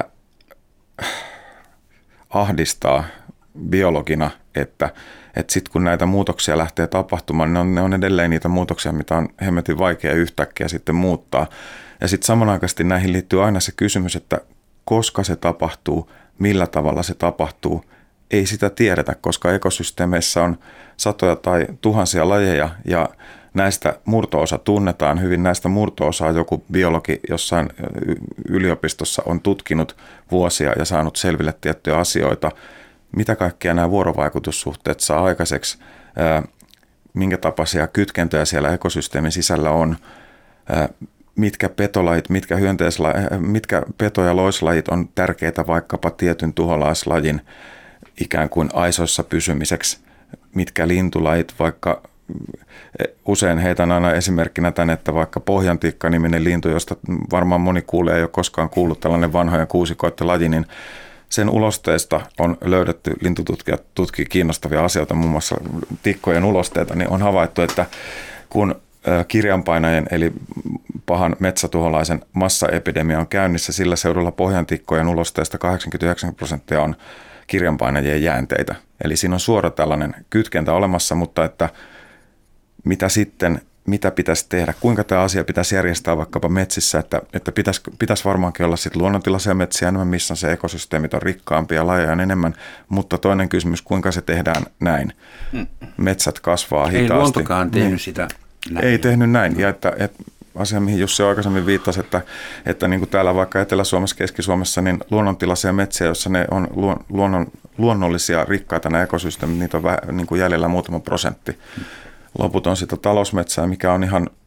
ahdistaa biologina, että että sitten kun näitä muutoksia lähtee tapahtumaan, ne on, ne on edelleen niitä muutoksia, mitä on hemmetin vaikea yhtäkkiä sitten muuttaa. Ja sitten samanaikaisesti näihin liittyy aina se kysymys, että koska se tapahtuu, millä tavalla se tapahtuu, ei sitä tiedetä, koska ekosysteemeissä on satoja tai tuhansia lajeja ja näistä murto-osa tunnetaan hyvin. Näistä murto-osaa joku biologi jossain yliopistossa on tutkinut vuosia ja saanut selville tiettyjä asioita. Mitä kaikkia nämä vuorovaikutussuhteet saa aikaiseksi, minkä tapaisia kytkentöjä siellä ekosysteemin sisällä on, mitkä petolajit, mitkä, mitkä peto- ja loislajit on tärkeitä vaikkapa tietyn tuholaislajin ikään kuin aisoissa pysymiseksi, mitkä lintulajit, vaikka usein heitän aina esimerkkinä tänne, että vaikka pohjantikka-niminen lintu, josta varmaan moni kuulee, ei ole koskaan kuullut, tällainen vanhojen kuusikoiden laji, niin sen ulosteesta on löydetty, lintututkijat tutkii kiinnostavia asioita, muun muassa tikkojen ulosteita, niin on havaittu, että kun kirjanpainajien eli pahan metsätuholaisen massaepidemia on käynnissä, sillä seudulla pohjantikkojen ulosteesta kahdeksankymmentäyhdeksän prosenttia on kirjanpainajien jäänteitä. Eli siinä on suora tällainen kytkentä olemassa, mutta että mitä sitten, mitä pitäisi tehdä, kuinka tämä asia pitäisi järjestää vaikkapa metsissä, että, että pitäisi, pitäisi varmaankin olla sitten luonnontilaisia metsiä enemmän, missä se ekosysteemit on rikkaampia, lajeja on enemmän, mutta toinen kysymys, kuinka se tehdään näin. Metsät kasvaa hitaasti. Ei luontokaan tehnyt niin, sitä näin. Ei tehnyt näin, ja että, että asia, mihin Jussi aikaisemmin viittasi, että, että niin kuin täällä vaikka Etelä-Suomessa, Keski-Suomessa, niin luonnontilaisia metsiä, joissa ne on luonnon, luonnollisia rikkaita nämä ekosysteemit, niitä on vähän, niin kuin jäljellä muutama prosentti. Loput on sitä talousmetsää, mikä on ihan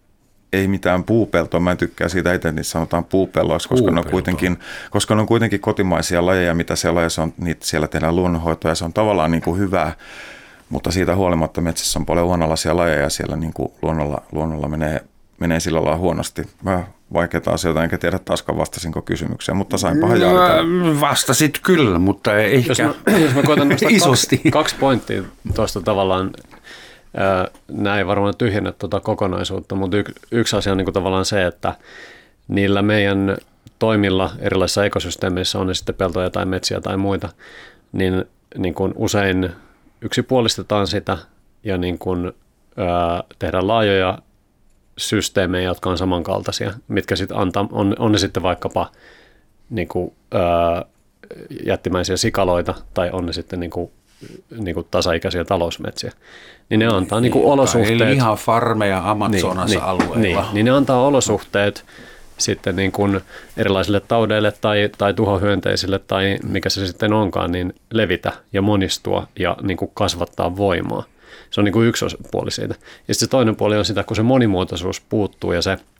ei mitään puupeltoa. Mä en tykkää siitä itse, niin sanotaan puupelloiksi, koska ne, on kuitenkin, koska ne on kuitenkin kotimaisia lajeja, mitä siellä on, on niitä siellä tehdään luonnonhoitoa ja se on tavallaan niin kuin hyvää, mutta siitä huolimatta metsässä on paljon uhanalaisia lajeja ja siellä niin kuin luonnolla, luonnolla menee, menee sillä lailla huonosti. Vähän vaikeita asioita, enkä tiedä taaskaan vastasinko kysymykseen, mutta sainpahan jaarita. Vastasit kyllä, mutta ehkä jos mä, jos mä koitan nostaa isosti. Kaksi, kaksi pointtia tuosta tavallaan. Nämä ei varmaan tyhjennä tuota kokonaisuutta, mutta y, yksi asia on niin kuin tavallaan se, että niillä meidän toimilla erilaisissa ekosysteemeissä, on ne sitten peltoja tai metsiä tai muita, niin, niin kuin usein yksipuolistetaan sitä ja niin kuin, ää, tehdään laajoja systeemejä, jotka on samankaltaisia, mitkä sitten antaa, on, on ne sitten vaikkapa niin kuin, ää, jättimäisiä sikaloita tai on ne sitten niin kuin, niin kuin tasaikäisiä talousmetsiä, niin ne antaa niin kuin olosuhteet. Eli lihafarmeja Amazonassa niin, alueella. Niin, niin ne antaa olosuhteet sitten niin kuin erilaisille taudeille tai, tai tuhohyönteisille tai mikä se sitten onkaan, niin levitä ja monistua ja niin kuin kasvattaa voimaa. Se on niin kuin yksi puoli siitä. Ja sitten se toinen puoli on sitä, kun se monimuotoisuus puuttuu ja se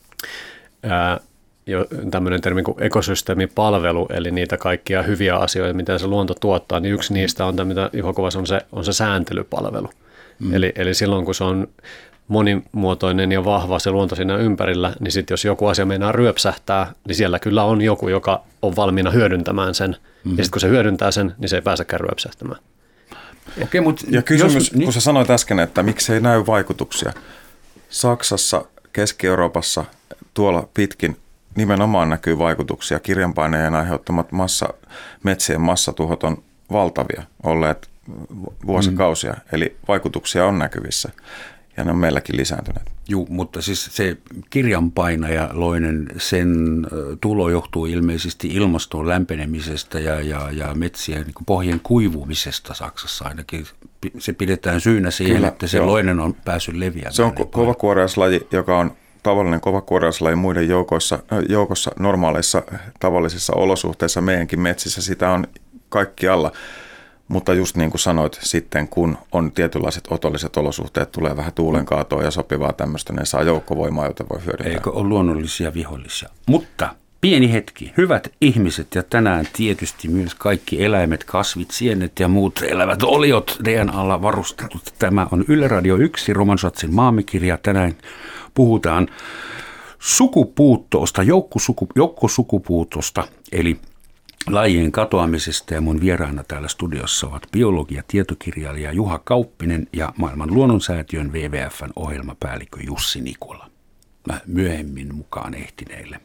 ää, jo tämmöinen termi kuin ekosysteemipalvelu, eli niitä kaikkia hyviä asioita, mitä se luonto tuottaa, niin yksi niistä on tämä, mitä Juho kuvasi, on se, on se sääntelypalvelu. Mm. Eli, eli silloin, kun se on monimuotoinen ja vahva se luonto siinä ympärillä, niin sitten jos joku asia meinaa ryöpsähtää, niin siellä kyllä on joku, joka on valmiina hyödyntämään sen. Mm. Ja sitten kun se hyödyntää sen, niin se ei pääsekään ryöpsähtämään. Okei, mutta ja kysymys, jos, kun niin... sä sanoit äsken, että miksei näy vaikutuksia. Saksassa, Keski-Euroopassa, tuolla pitkin nimenomaan näkyy vaikutuksia. Kirjanpainajien aiheuttamat massa, metsien massatuhot on valtavia, olleet vuosikausia. Mm. Eli vaikutuksia on näkyvissä ja ne on meilläkin lisääntyneet. Joo, mutta siis se kirjanpainajaloinen, sen tulo johtuu ilmeisesti ilmaston lämpenemisestä ja, ja, ja metsien niin kuin pohjien kuivumisesta Saksassa ainakin. Se pidetään syynä siihen, Kyllä, että se joo. loinen on päässyt leviämään. Se on ko- kovakuoriaislaji, joka on tavallinen kovakuoriaislaji muiden joukossa, joukossa normaaleissa tavallisissa olosuhteissa meidänkin metsissä. Sitä on kaikkialla. Mutta just niin kuin sanoit, sitten kun on tietynlaiset otolliset olosuhteet, tulee vähän tuulenkaatoa ja sopivaa tämmöistä, ne saa joukkovoimaa, jota voi hyödyntää. Eikö ole luonnollisia vihollisia? Mutta pieni hetki, hyvät ihmiset ja tänään tietysti myös kaikki eläimet, kasvit, sienet ja muut elävät oliot D N A:lla varustetut. Tämä on Yle Radio yksi, Roman Schatzin Maamikirja. Tänään puhutaan sukupuuttoosta, joukkosuku, joukkosukupuutosta, eli lajien katoamisesta, ja mun vieraana täällä studiossa ovat biologi- ja tietokirjailija Juha Kauppinen ja Maailman luonnonsäätiön W W F:n ohjelmapäällikkö Jussi Nikola. Mä myöhemmin mukaan ehtineille.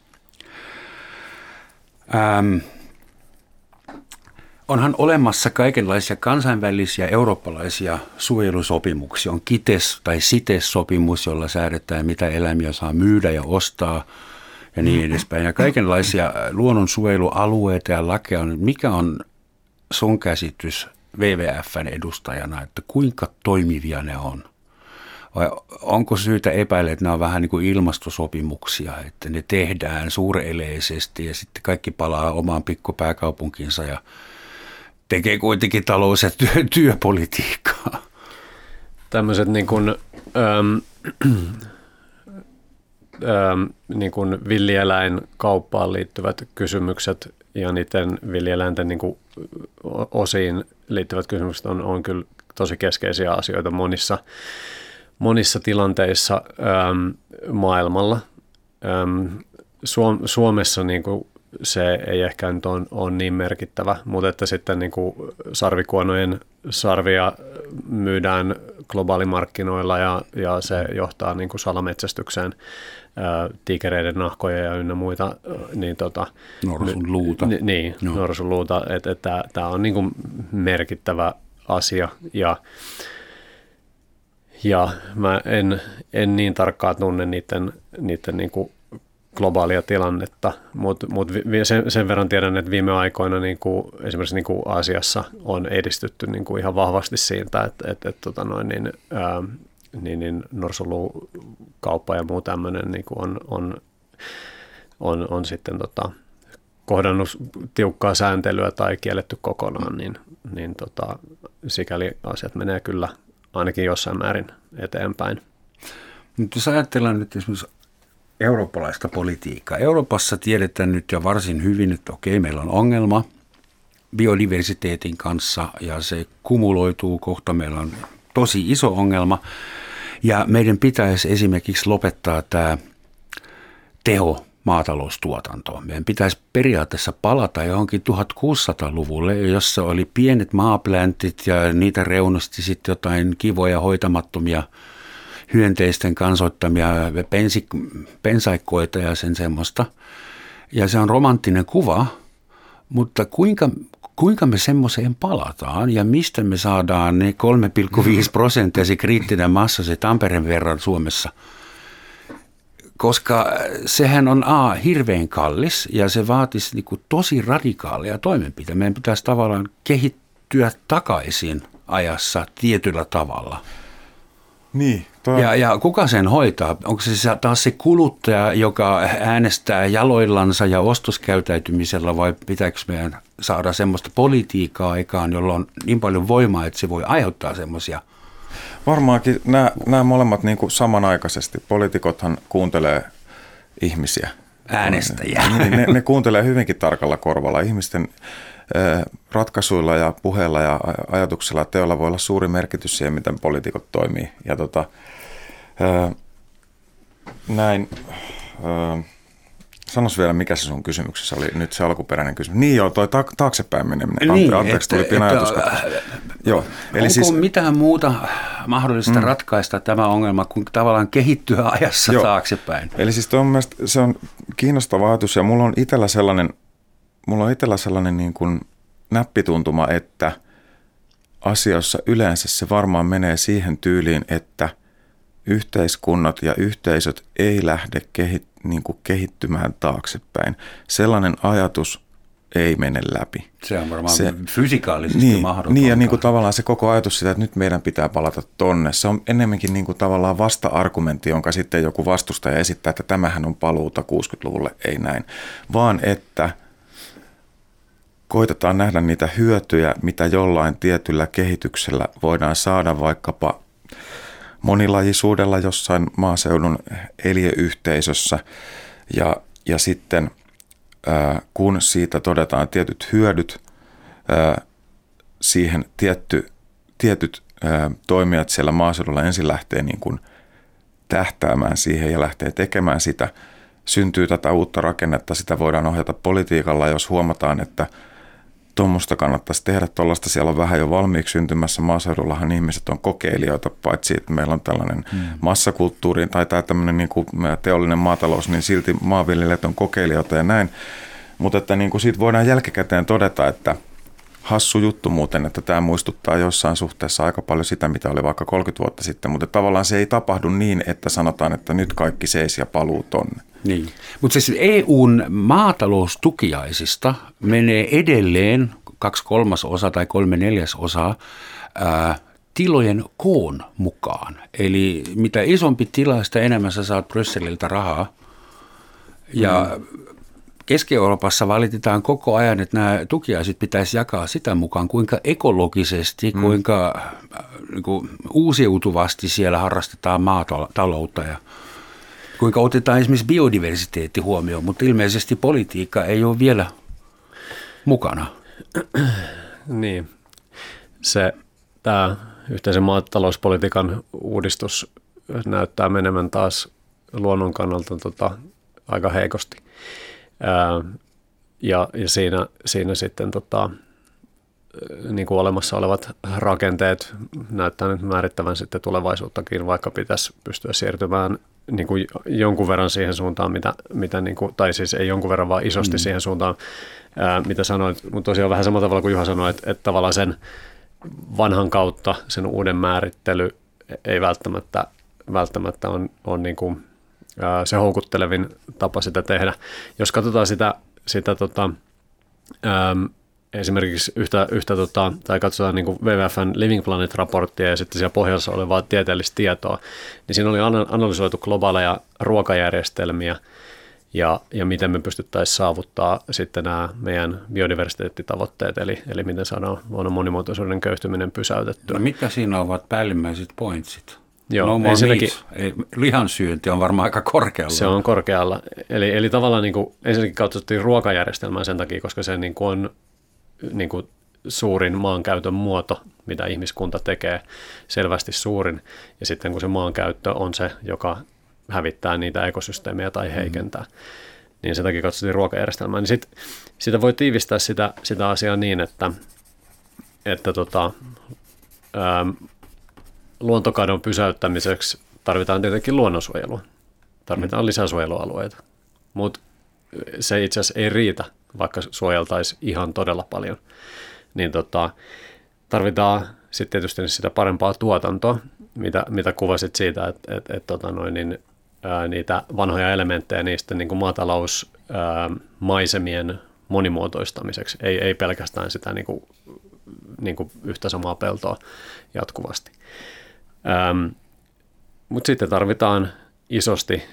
Ähm, onhan olemassa kaikenlaisia kansainvälisiä eurooppalaisia suojelusopimuksia. On KITES tai CITES-sopimus, jolla säädetään, mitä eläimiä saa myydä ja ostaa ja niin edespäin. Ja kaikenlaisia luonnonsuojelualueita ja lakeja on. Mikä on sun käsitys W W F:n edustajana, että kuinka toimivia ne on? Vai onko syytä epäillä, että nämä on vähän niin kuin ilmastosopimuksia, että ne tehdään suureleisesti ja sitten kaikki palaa omaan pikkupääkaupunkinsa ja tekee kuitenkin talous- ja työ, työpolitiikkaa? Tämmöiset niin kuin, ähm, ähm, niin kuin villieläinkauppaan liittyvät kysymykset ja niiden villieläinten niin kuin osiin liittyvät kysymykset on, on kyllä tosi keskeisiä asioita monissa monissa tilanteissa ähm, maailmalla. Ähm, Suom- Suomessa niin kuin se ei ehkä nyt ole, ole niin merkittävä, mutta että sitten niin kuin sarvikuonojen sarvia myydään globaalimarkkinoilla ja, ja se johtaa niin kuin salametsästykseen, ää, tiikereiden nahkoja ja ynnä muita. Niin tota, norsun luuta. N- niin, no. norsun luuta. Että et, tämä on niin kuin merkittävä asia ja Ja mä en, en niin tarkkaan tunne niiden, niiden niin kuin globaalia tilannetta, mutta mut sen, sen verran tiedän, että viime aikoina niin kuin, esimerkiksi niin kuin Aasiassa on edistytty niin kuin ihan vahvasti siitä, että et, et, tota noin, niin, ää, niin, niin norsulukauppa ja muu tämmöinen niin kuin on, on, on, on sitten tota, kohdannut tiukkaa sääntelyä tai kielletty kokonaan, niin, niin tota, sikäli asiat menee kyllä ainakin jossain määrin eteenpäin. Mutta jos ajatellaan nyt esimerkiksi eurooppalaista politiikkaa. Euroopassa tiedetään nyt jo varsin hyvin, että okei, meillä on ongelma biodiversiteetin kanssa ja se kumuloituu kohta. Meillä on tosi iso ongelma ja meidän pitäisi esimerkiksi lopettaa tämä teho maataloustuotantoa. Meidän pitäisi periaatteessa palata johonkin tuhatkuusisataaluvulle, jossa oli pienet maapläntit ja niitä reunasti sitten jotain kivoja hoitamattomia hyönteisten kansoittamia pensik, pensaikkoita ja sen semmoista. Ja se on romanttinen kuva, mutta kuinka, kuinka me semmoiseen palataan ja mistä me saadaan ne kolme pilkku viisi prosenttia se kriittinen massa se Tampereen verran Suomessa? Koska sehän on A, hirveän kallis ja se vaatisi niin kuin tosi radikaalia toimenpiteitä. Meidän pitäisi tavallaan kehittyä takaisin ajassa tietyllä tavalla. Niin. Toi... Ja, ja kuka sen hoitaa? Onko se taas se kuluttaja, joka äänestää jaloillansa ja ostoskäyttäytymisellä vai pitääkö meidän saada semmoista politiikkaa aikaan, jolla on niin paljon voimaa, että se voi aiheuttaa semmoisia? Varmaankin nämä, nämä molemmat niin kuin samanaikaisesti. Poliitikothan kuuntelee ihmisiä. Äänestäjiä. Ne, ne, ne kuuntelee hyvinkin tarkalla korvalla. Ihmisten äh, ratkaisuilla ja puheilla ja ajatuksilla ja teolla voi olla suuri merkitys siihen, miten poliitikot toimii. Ja tota, äh, näin... Äh, Sanois vielä, mikä se sun kysymyksessä oli nyt se alkuperäinen kysymys. Niin joo, toi ta- taaksepäin meneminen. Niin, Anteeksi, tuli pieni ajatus. Joo, eli onko siis, mitään muuta mahdollista mm. ratkaista tämä ongelma kuin tavallaan kehittyä ajassa joo. taaksepäin? Eli siis toi on se on kiinnostava ajatus ja mulla on itsellä sellainen, mulla on itsellä sellainen niin kuin näppituntuma, että asioissa yleensä se varmaan menee siihen tyyliin, että yhteiskunnat ja yhteisöt ei lähde kehittymään. Niin kuin kehittymään taaksepäin. Sellainen ajatus ei mene läpi. Se on varmaan se, fysikaalisesti niin, mahdotonta. Niin ja niin kuin tavallaan se koko ajatus sitä, että nyt meidän pitää palata tonne. Se on enemmänkin niin kuin tavallaan vasta-argumentti, jonka sitten joku vastustaja esittää, että tämähän on paluuta kuusikymmentäluvulle, ei näin. Vaan että koitetaan nähdä niitä hyötyjä, mitä jollain tietyllä kehityksellä voidaan saada vaikkapa monilajisuudella jossain maaseudun eliöyhteisössä ja, ja sitten ää, kun siitä todetaan tietyt hyödyt, ää, siihen tietty, tietyt ää, toimijat siellä maaseudulla ensin lähtee niin kuin tähtäämään siihen ja lähtee tekemään sitä, syntyy tätä uutta rakennetta, sitä voidaan ohjata politiikalla, jos huomataan, että tuommoista kannattaisi tehdä, tuollaista siellä on vähän jo valmiiksi syntymässä. Maaseudullahan ihmiset on kokeilijoita, paitsi että meillä on tällainen hmm. massakulttuuri tai tämä tämmöinen niin kuin teollinen maatalous, niin silti maanviljelijät on kokeilijoita ja näin. Mutta että niin kuin siitä voidaan jälkikäteen todeta, että hassu juttu muuten, että tämä muistuttaa jossain suhteessa aika paljon sitä, mitä oli vaikka kolmekymmentä vuotta sitten, mutta tavallaan se ei tapahdu niin, että sanotaan, että nyt kaikki seis ja paluu tonne. Niin. Mutta siis E U:n maataloustukiaisista menee edelleen kaksi kolmasosaa tai kolme neljäsosaa ää, tilojen koon mukaan. Eli mitä isompi tila, sitä enemmän sä saat Brysseliltä rahaa. Ja mm. Keski-Euroopassa valitetaan koko ajan, että nämä tukiaiset pitäisi jakaa sitä mukaan, kuinka ekologisesti, mm. kuinka niin kuin, uusiutuvasti siellä harrastetaan maataloutta ja kuinka otetaan esimerkiksi biodiversiteetti huomioon, mutta ilmeisesti politiikka ei ole vielä mukana. Niin, se tämä yhteisen maatalouspolitiikan uudistus näyttää menemään taas luonnon kannalta tota, aika heikosti. Ää, ja, ja siinä, siinä sitten tota, niin kuin olemassa olevat rakenteet näyttää nyt määrittävän sitten tulevaisuuttakin, vaikka pitäisi pystyä siirtymään niin kuin jonkun verran siihen suuntaan, mitä, mitä niin kuin, tai siis ei jonkun verran, vaan isosti mm. siihen suuntaan, ää, mitä sanoit. Mutta tosiaan vähän samalla tavalla kuin Juha sanoi, että, että tavallaan sen vanhan kautta sen uuden määrittely ei välttämättä, välttämättä on, on niin kuin, ää, se houkuttelevin tapa sitä tehdä. Jos katsotaan sitä, sitä tota, ää, esimerkiksi yhtä, yhtä tota, tai katsotaan niin kuin W W F:n Living Planet-raporttia ja sitten siellä pohjassa olevaa tieteellistä tietoa, niin siinä oli analysoitu globaaleja ruokajärjestelmiä ja, ja miten me pystyttäisiin saavuttaa sitten nämä meidän biodiversiteettitavoitteet, eli, eli miten saadaan luonnon monimuotoisuuden köyhtyminen pysäytettyä. No mitä siinä ovat päällimmäiset pointsit? Joo, no more meat. Ei, lihansyönti on varmaan aika korkealla. Se on korkealla. Eli, eli tavallaan niin kuin, ensinnäkin katsottiin ruokajärjestelmää sen takia, koska se niin kuin on niin kuin suurin maankäytön muoto, mitä ihmiskunta tekee, selvästi suurin. Ja sitten kun se maankäyttö on se, joka hävittää niitä ekosysteemejä tai heikentää, mm. niin sen takia katsottiin ruokajärjestelmää. Niin sit, sitä voi tiivistää sitä, sitä asiaa niin, että, että tota, ää, luontokadon pysäyttämiseksi tarvitaan tietenkin luonnonsuojelua. Tarvitaan mm. lisää suojelualueita, mutta se itse asiassa ei riitä, vaikka suojeltaisiin ihan todella paljon. Niin tota, tarvitaan sitten tietysti sitä parempaa tuotantoa, mitä, mitä kuvasit siitä, että et, et, tota noin, niin, ää, niitä vanhoja elementtejä niistä niin kuin maatalousmaisemien monimuotoistamiseksi, ei, ei pelkästään sitä niin kuin, niin kuin yhtä samaa peltoa jatkuvasti. Ähm, mutta sitten tarvitaan isosti,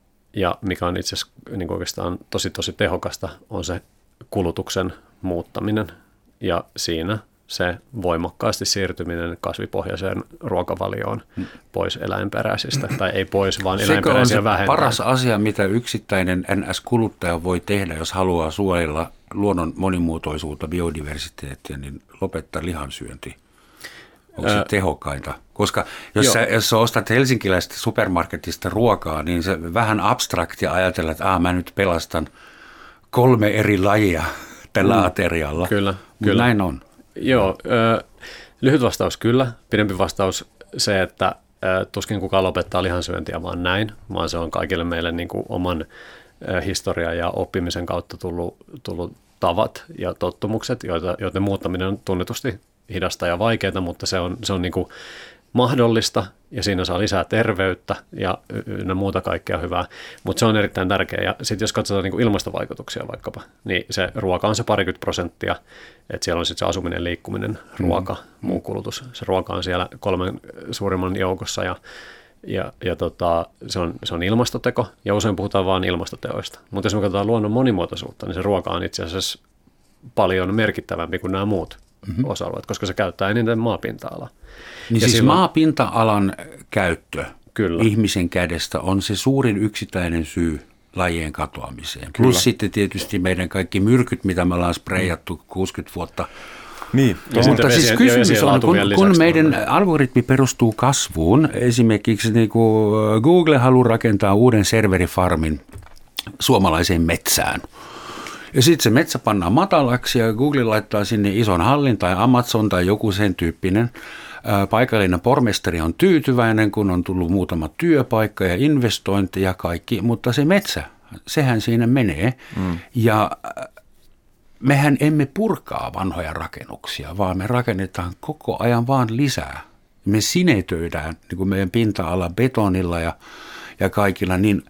ja mikä on itse asiassa niin kuin oikeastaan tosi tosi tehokasta, on se kulutuksen muuttaminen, ja siinä se voimakkaasti siirtyminen kasvipohjaiseen ruokavalioon hmm. pois eläinperäisistä, tai ei pois, vaan eläinperäisiä vähentää. Se on se paras asia, mitä yksittäinen N S-kuluttaja voi tehdä, jos haluaa suojella luonnon monimuotoisuutta, biodiversiteettiä, niin lopettaa lihansyönti. Onko se Ää, tehokkainta? Koska jos sä, jos sä ostat helsinkiläisestä supermarketista ruokaa, niin se vähän abstraktia ajatella, että ah, mä nyt pelastan kolme eri lajia tällä mm, aterialla. Kyllä, kyllä. Näin on. Joo, ö, lyhyt vastaus kyllä. Pidempi vastaus se, että ö, tuskin kukaan lopettaa lihansyöntiä vaan näin, vaan se on kaikille meille niin kuin oman ö, historian ja oppimisen kautta tullut, tullut tavat ja tottumukset, joita, joiden muuttaminen on tunnetusti hidasta ja vaikeaa, mutta se on, se on niin kuin mahdollista ja siinä saa lisää terveyttä ja ynnä muuta kaikkea hyvää, mutta se on erittäin tärkeää. Ja sitten jos katsotaan niin kuin ilmastovaikutuksia vaikkapa, niin se ruoka on se parikymmentä prosenttia, että siellä on sitten se asuminen, liikkuminen, ruoka, mm. muu kulutus. Se ruoka on siellä kolmen suurimman joukossa ja, ja, ja tota, se, on, se on ilmastoteko ja usein puhutaan vain ilmastoteoista. Mutta jos me katsotaan luonnon monimuotoisuutta, niin se ruoka on itse asiassa paljon merkittävämpi kuin nämä muut mm-hmm. osa-alueet, koska se käyttää eniten maapinta-alaa. Niin ja siis silloin maapinta-alan käyttö kyllä. ihmisen kädestä on se suurin yksittäinen syy lajien katoamiseen. Kyllä. Plus sitten tietysti meidän kaikki myrkyt, mitä me ollaan spreijattu kuusikymmentä vuotta. Niin, mutta siis kysymys on, kun, kun meidän algoritmi perustuu kasvuun, esimerkiksi niin kuin Google haluaa rakentaa uuden serverifarmin suomalaiseen metsään. Ja sitten se metsä pannaan matalaksi ja Google laittaa sinne ison hallin tai Amazon tai joku sen tyyppinen. Paikallinen pormestari on tyytyväinen, kun on tullut muutama työpaikka ja investointi ja kaikki, mutta se metsä, sehän siinä menee. Mm. Ja mehän emme purkaa vanhoja rakennuksia, vaan me rakennetaan koko ajan vaan lisää. Me sinetöidään niin kuin meidän pinta-ala betonilla ja, ja kaikilla. Niin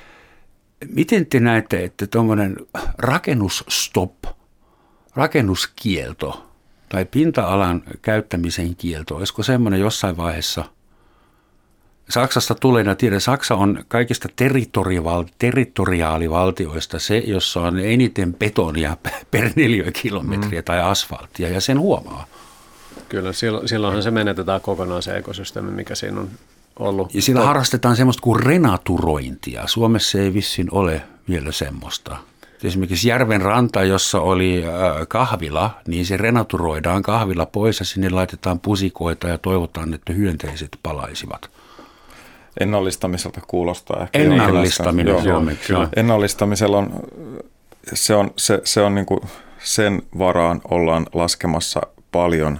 miten te näette, että tuommoinen rakennusstop, rakennuskielto tai pinta-alan käyttämisen kielto, olisiko semmoinen jossain vaiheessa? Saksasta tulee, ja tiedän, Saksa on kaikista territoriaalivaltioista se, jossa on eniten betonia per neliökilometriä mm. tai asfalttia, ja sen huomaa. Kyllä, silloinhan se menetetään kokonaan se ekosysteemi, mikä siinä on ollut. Ja sillä to- harrastetaan semmoista kuin renaturointia. Suomessa ei vissiin ole vielä semmoista. Esimerkiksi järven ranta, jossa oli kahvila, niin se renaturoidaan kahvila pois ja sinne laitetaan pusikoita ja toivotaan, että hyönteiset palaisivat. Ennallistamiselta kuulostaa ehkä. Ennallistaminen suomeksi. Ennallistamisella on, se on, se, se on niin kuin sen varaan ollaan laskemassa paljon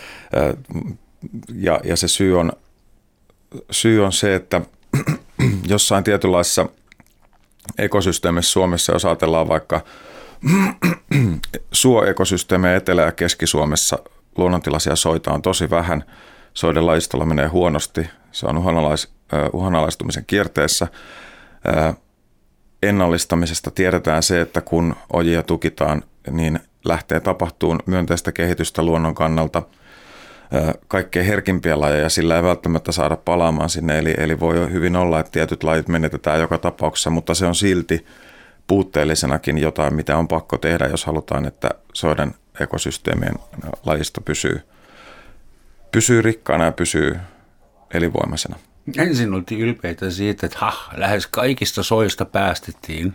ja, ja se syy on, syy on se, että jossain tietynlaisessa ekosysteemissä Suomessa, jos ajatellaan vaikka suoekosysteemejä Etelä- ja Keski-Suomessa, luonnontilaisia soita on tosi vähän, soiden lajistolla menee huonosti, se on uhanalais, uh, uhanalaistumisen kierteessä. Uh, ennallistamisesta tiedetään se, että kun ojia tukitaan, niin lähtee tapahtumaan myönteistä kehitystä luonnon kannalta. Kaikkein herkimpiä lajeja sillä ei välttämättä saada palaamaan sinne, eli, eli voi hyvin olla, että tietyt lajit menetetään joka tapauksessa, mutta se on silti puutteellisenakin jotain, mitä on pakko tehdä, jos halutaan, että soiden ekosysteemien lajisto pysyy, pysyy rikkaana ja pysyy elinvoimaisena. Ensin oltiin ylpeitä siitä, että ha, lähes kaikista soista päästettiin.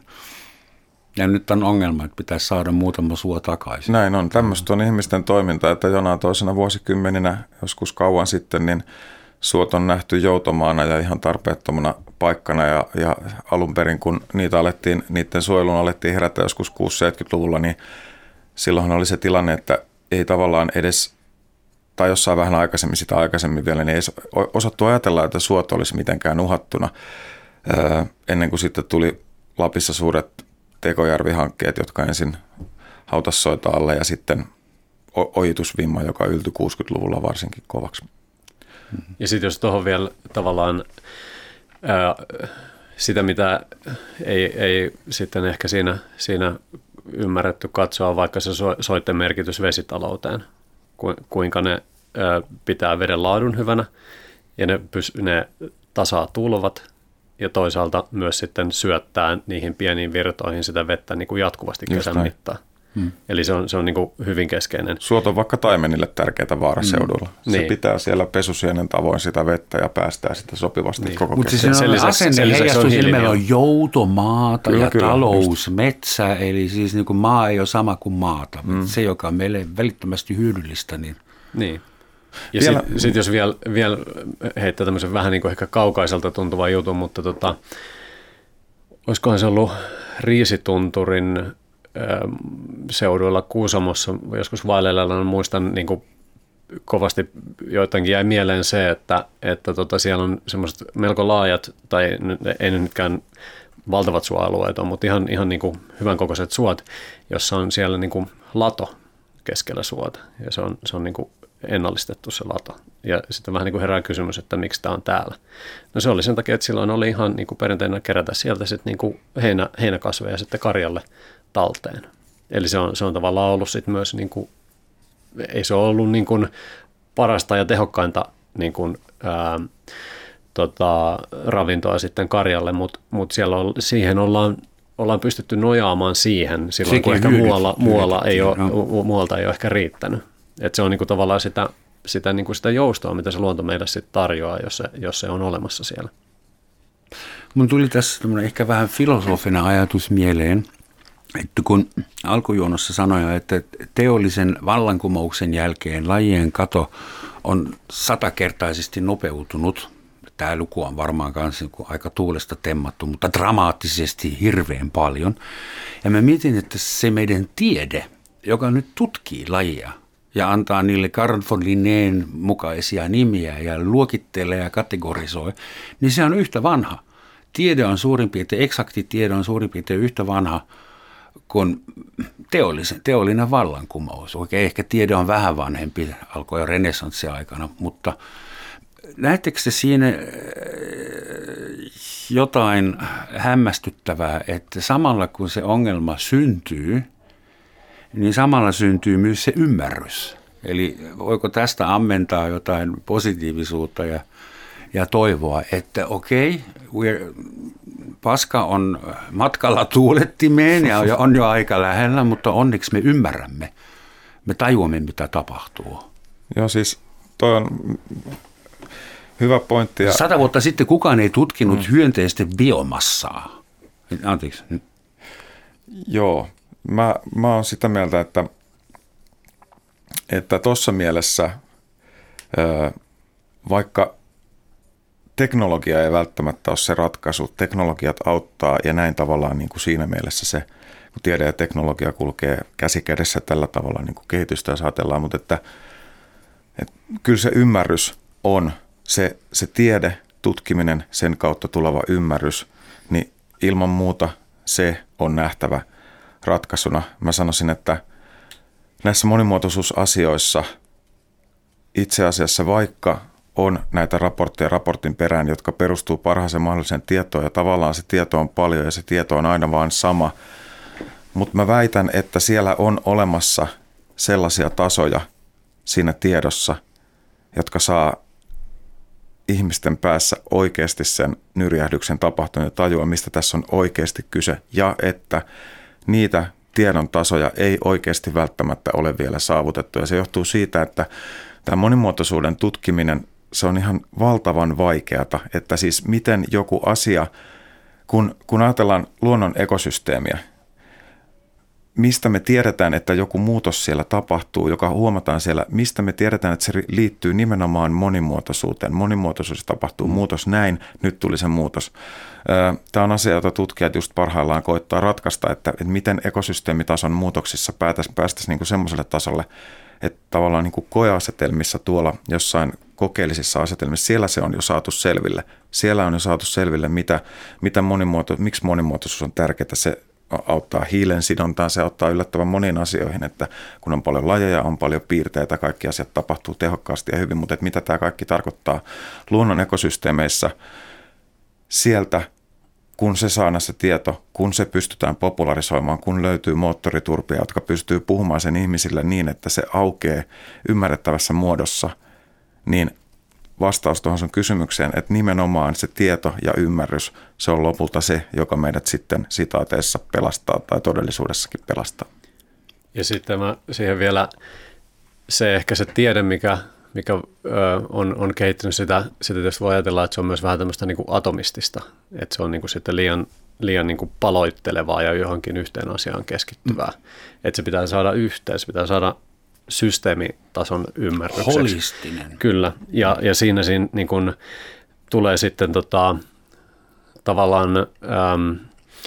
Ja nyt on ongelma, että pitäisi saada muutama suo takaisin. Näin on. Tämmöistä on ihmisten toiminta, että jonain toisena vuosikymmeninä, joskus kauan sitten, niin suot on nähty joutomaana ja ihan tarpeettomana paikkana. Ja, ja alun perin, kun niitä alettiin, niiden suojeluun alettiin herätä joskus kuusikymmentä-seitsemänkymmentäluvulla, niin silloin oli se tilanne, että ei tavallaan edes, tai jossain vähän aikaisemmin sitä aikaisemmin vielä, niin ei osattu ajatella, että suot olisi mitenkään uhattuna. Öö, ennen kuin sitten tuli Lapissa suuret Tekojärvi-hankkeet, jotka ensin hautasi soita alle ja sitten ojitusvimma, joka yltyi kuusikymmentäluvulla varsinkin kovaksi. Ja sitten jos tuohon vielä tavallaan ää, sitä, mitä ei, ei sitten ehkä siinä, siinä ymmärretty katsoa, vaikka se soitten merkitys vesitalouteen, kuinka ne ää, pitää veden laadun hyvänä ja ne, pys- ne tasaa tulvat. Ja toisaalta myös sitten syöttää niihin pieniin virtoihin sitä vettä niin kuin jatkuvasti kesän mittaan. Hmm. Eli se on, se on niin kuin hyvin keskeinen. Suot on vaikka taimenille tärkeää vaaraseudulla. Hmm. Se niin. pitää siellä pesusienen tavoin sitä vettä ja päästää sitä sopivasti niin. koko Mutta kesän. siis asenne heijastuu, sillä meillä on joutomaata kyllä, ja kyllä, talous, just. metsä. Eli siis niin kuin maa ei ole sama kuin maata. Hmm. Se, joka on meille välittömästi hyödyllistä. Niin, niin. Ja sitten sit jos vielä, vielä heittää tämmöisen vähän niin kuin ehkä kaukaiselta tuntuvan jutun, mutta tota, olisikohan se ollut Riisitunturin äh, seuduilla Kuusamossa, joskus Vaelelalla muistan niin kuin kovasti joidenkin jäi mieleen se, että, että tota, siellä on semmoiset melko laajat, tai ei nytkään valtavat suoalueet on, mutta ihan, ihan niin kuin hyvän kokoiset suot, jossa on siellä niin kuin lato keskellä suota, ja se on, se on niin kuin ennallistettu se lato. Ja sitten vähän niin kuin herää kysymys, että miksi tämä on täällä. No se oli sen takia, että silloin oli ihan niin kuin perinteinen kerätä sieltä sitten niin kuin heinä, heinäkasveja sitten karjalle talteen. Eli se on, se on tavallaan ollut sitten myös, niin kuin, ei se ole ollut niin kuin parasta ja tehokkainta niin kuin, ää, tota, ravintoa sitten karjalle, mutta mut siellä on, siihen ollaan ollaan pystytty nojaamaan siihen silloin, sekin kun ehkä hyödyt, muualla, muualla ei ole, no. muualta ei ole ehkä riittänyt. Että se on niinku tavallaan sitä, sitä, niinku sitä joustoa, mitä se luonto meille sitten tarjoaa, jos se, jos se on olemassa siellä. Mun tuli tässä ehkä vähän filosofinen ajatus mieleen, että kun alkujuonossa sanoja, että teollisen vallankumouksen jälkeen lajien kato on satakertaisesti nopeutunut. Tämä luku on varmaan kanssa aika tuulesta temmattu, mutta dramaattisesti hirveän paljon. Ja mä mietin, että se meidän tiede, joka nyt tutkii lajia ja antaa niille Carl von Linnén mukaisia nimiä ja luokittelee ja kategorisoi, niin se on yhtä vanha. Tiede on suurin piirtein, eksakti tiede on suurin piirtein yhtä vanha kuin teollisen, teollinen vallankumous. Oikein ehkä tiede on vähän vanhempi, alkoi jo renessanssin aikana, mutta näettekö se siinä jotain hämmästyttävää, että samalla kun se ongelma syntyy, niin samalla syntyy myös se ymmärrys. Eli voiko tästä ammentaa jotain positiivisuutta ja, ja toivoa, että okei, okay, paska on matkalla tuulettimeen ja on jo aika lähellä, mutta onneksi me ymmärrämme. Me tajuamme, mitä tapahtuu. Joo, siis toi on hyvä pointti. Ja Sata vuotta sitten kukaan ei tutkinut mm. hyönteisten biomassaa. Anteeksi. Joo, mä, mä oon sitä mieltä, että että tuossa mielessä vaikka teknologia ei välttämättä ole se ratkaisu, teknologiat auttaa ja näin tavallaan niin kuin siinä mielessä se, kun tiede ja teknologia kulkee käsi kädessä tällä tavalla niin kuin kehitystä ja saatellaan, mutta että, että kyllä se ymmärrys on se, se tiede, tutkiminen, sen kautta tuleva ymmärrys, niin ilman muuta se on nähtävä ratkaisuna. Mä sanoisin, että näissä monimuotoisuusasioissa itse asiassa vaikka on näitä raportteja raportin perään, jotka perustuu parhaaseen mahdolliseen tietoon ja tavallaan se tieto on paljon ja se tieto on aina vaan sama, mutta mä väitän, että siellä on olemassa sellaisia tasoja siinä tiedossa, jotka saa ihmisten päässä oikeasti sen nyrjähdyksen tapahtuneen ja tajua, mistä tässä on oikeasti kyse ja että niitä tiedon tasoja ei oikeasti välttämättä ole vielä saavutettu. Ja se johtuu siitä, että tämä monimuotoisuuden tutkiminen se on ihan valtavan vaikeata, että siis miten joku asia, kun, kun ajatellaan luonnon ekosysteemiä, mistä me tiedetään, että joku muutos siellä tapahtuu, joka huomataan siellä, mistä me tiedetään, että se liittyy nimenomaan monimuotoisuuteen. Monimuotoisuus tapahtuu, muutos näin, nyt tuli se muutos. Tämä on asia, jota tutkijat just parhaillaan koittaa ratkaista, että, että miten ekosysteemitason muutoksissa päästäisiin päästäisi niin kuin semmoiselle tasolle, että tavallaan niin kuin koeasetelmissa tuolla jossain kokeellisissa asetelmissa, siellä se on jo saatu selville. Siellä on jo saatu selville, mitä, mitä monimuoto, miksi monimuotoisuus on tärkeää. Se auttaa hiilen sidontaan, se auttaa yllättävän moniin asioihin, että kun on paljon lajeja, on paljon piirteitä, kaikki asiat tapahtuu tehokkaasti ja hyvin, mutta että mitä tämä kaikki tarkoittaa luonnon ekosysteemeissä sieltä, kun se saadaan se tieto, kun se pystytään popularisoimaan, kun löytyy moottoriturpia, jotka pystyy puhumaan sen ihmisille niin, että se aukeaa ymmärrettävässä muodossa, niin vastaus tuohon sun kysymykseen, että nimenomaan se tieto ja ymmärrys, se on lopulta se, joka meidät sitten sitaateissa pelastaa tai todellisuudessakin pelastaa. Ja sitten mä siihen vielä se ehkä se tiede, mikä, mikä ö, on, on kehittynyt sitä, sitä tietysti voi ajatella, että se on myös vähän tämmöistä niin kuin atomistista, että se on niin kuin sitten liian, liian niin kuin paloittelevaa ja johonkin yhteen asiaan keskittyvää, mm. että se pitää saada yhteen, se pitää saada systeemitason ymmärrykseksi. Holistinen. Kyllä, ja, ja siinä, siinä niin kun tulee sitten tota, tavallaan äm,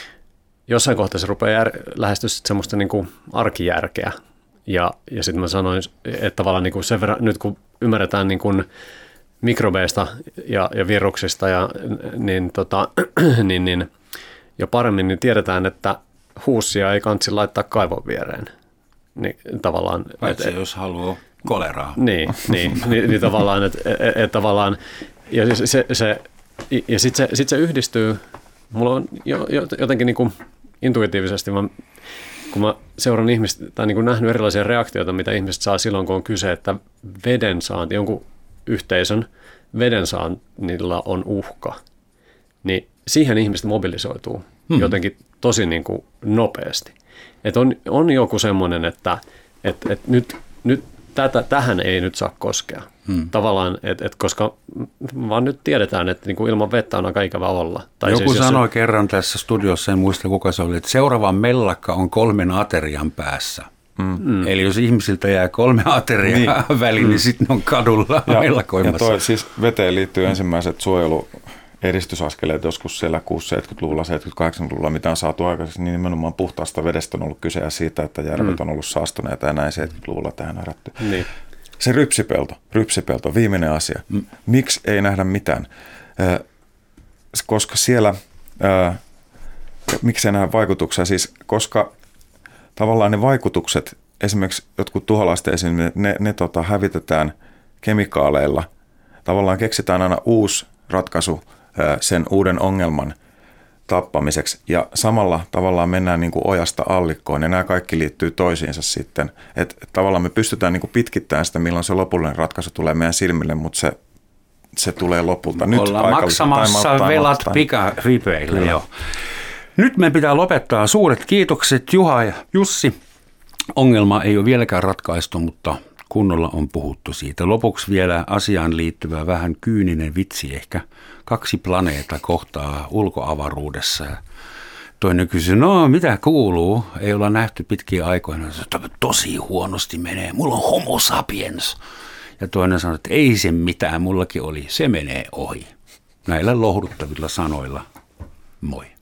jossain kohtaa se rupeaa jär, lähestyä semmoista niin kuin arkijärkeä. Ja, ja sitten mä sanoin, että tavallaan niin kuin sen verran, nyt kun ymmärretään niin kuin mikrobeista ja, ja viruksista, ja, niin, tota, niin, niin jo paremmin niin tiedetään, että huussia ei kansi laittaa kaivon viereen. Niin, tavallaan, paitsi et, jos haluaa koleraa. Niin, niin, niin, niin tavallaan, että et, et, tavallaan, ja se, se, se, ja sitten se, sit se yhdistyy, mulla on jo, jotenkin niin kuin intuitiivisesti, mä, kun mä seuraan ihmistä, tai niin kuin nähnyt erilaisia reaktioita, mitä ihmiset saa silloin, kun on kyse, että veden saanti, jonkun yhteisön veden saannilla on uhka, niin siihen ihmiset mobilisoituu hmm. jotenkin tosi niin kuin nopeasti. Että on, on joku semmoinen, että et, et nyt, nyt tätä, tähän ei nyt saa koskea. Hmm. Tavallaan, et, et koska vaan nyt tiedetään, että niinku ilman vettä on aika ikävä olla. Tai joku siis, sanoi se kerran tässä studiossa, en muista kuka se oli, että seuraava mellakka on kolmen aterian päässä. Hmm. Eli jos ihmisiltä jää kolme ateriaa niin väliin, hmm. niin sitten on kadulla ja, mellakoimassa. Ja toi, siis veteen liittyy ensimmäiset suojelu edistysaskeleet joskus siellä kuusikymmentäluvulla, seitsemänkymmentä-kahdeksankymmentäluvulla, mitä on saatu aikaisemmin, niin nimenomaan puhtaasta vedestä on ollut kyse ja siitä, että järvet on ollut saastuneita ja näin seitsemänkymmentäluvulla tähän on herätty. Niin. Se rypsipelto, rypsipelto, viimeinen asia. Mm. Miksi ei nähdä mitään? Äh, koska siellä, äh, miksi ei nähdä vaikutuksia? Siis koska tavallaan ne vaikutukset, esimerkiksi jotkut tuholaisten esimerkiksi, ne, ne tota, hävitetään kemikaaleilla. Tavallaan keksitään aina uusi ratkaisu sen uuden ongelman tappamiseksi ja samalla tavallaan mennään niin kuin ojasta allikkoon ja nämä kaikki liittyy toisiinsa sitten. Että et tavallaan me pystytään niin kuin pitkittämään sitä, milloin se lopullinen ratkaisu tulee meidän silmille, mutta se, se tulee lopulta. Nyt ollaan maksamassa velat pikaripeille jo. Nyt meidän pitää lopettaa. Suuret kiitokset Juha ja Jussi. Ongelma ei ole vieläkään ratkaistu, mutta kunnolla on puhuttu siitä. Lopuksi vielä asiaan liittyvä vähän kyyninen vitsi ehkä. Kaksi planeetta kohtaa ulkoavaruudessa ja toinen kysyy, no mitä kuuluu? Ei olla nähty pitkiä aikoina. Tosi huonosti menee, mulla on homo sapiens. Ja toinen sanoo, että ei se mitään, mullakin oli, se menee ohi. Näillä lohduttavilla sanoilla, moi.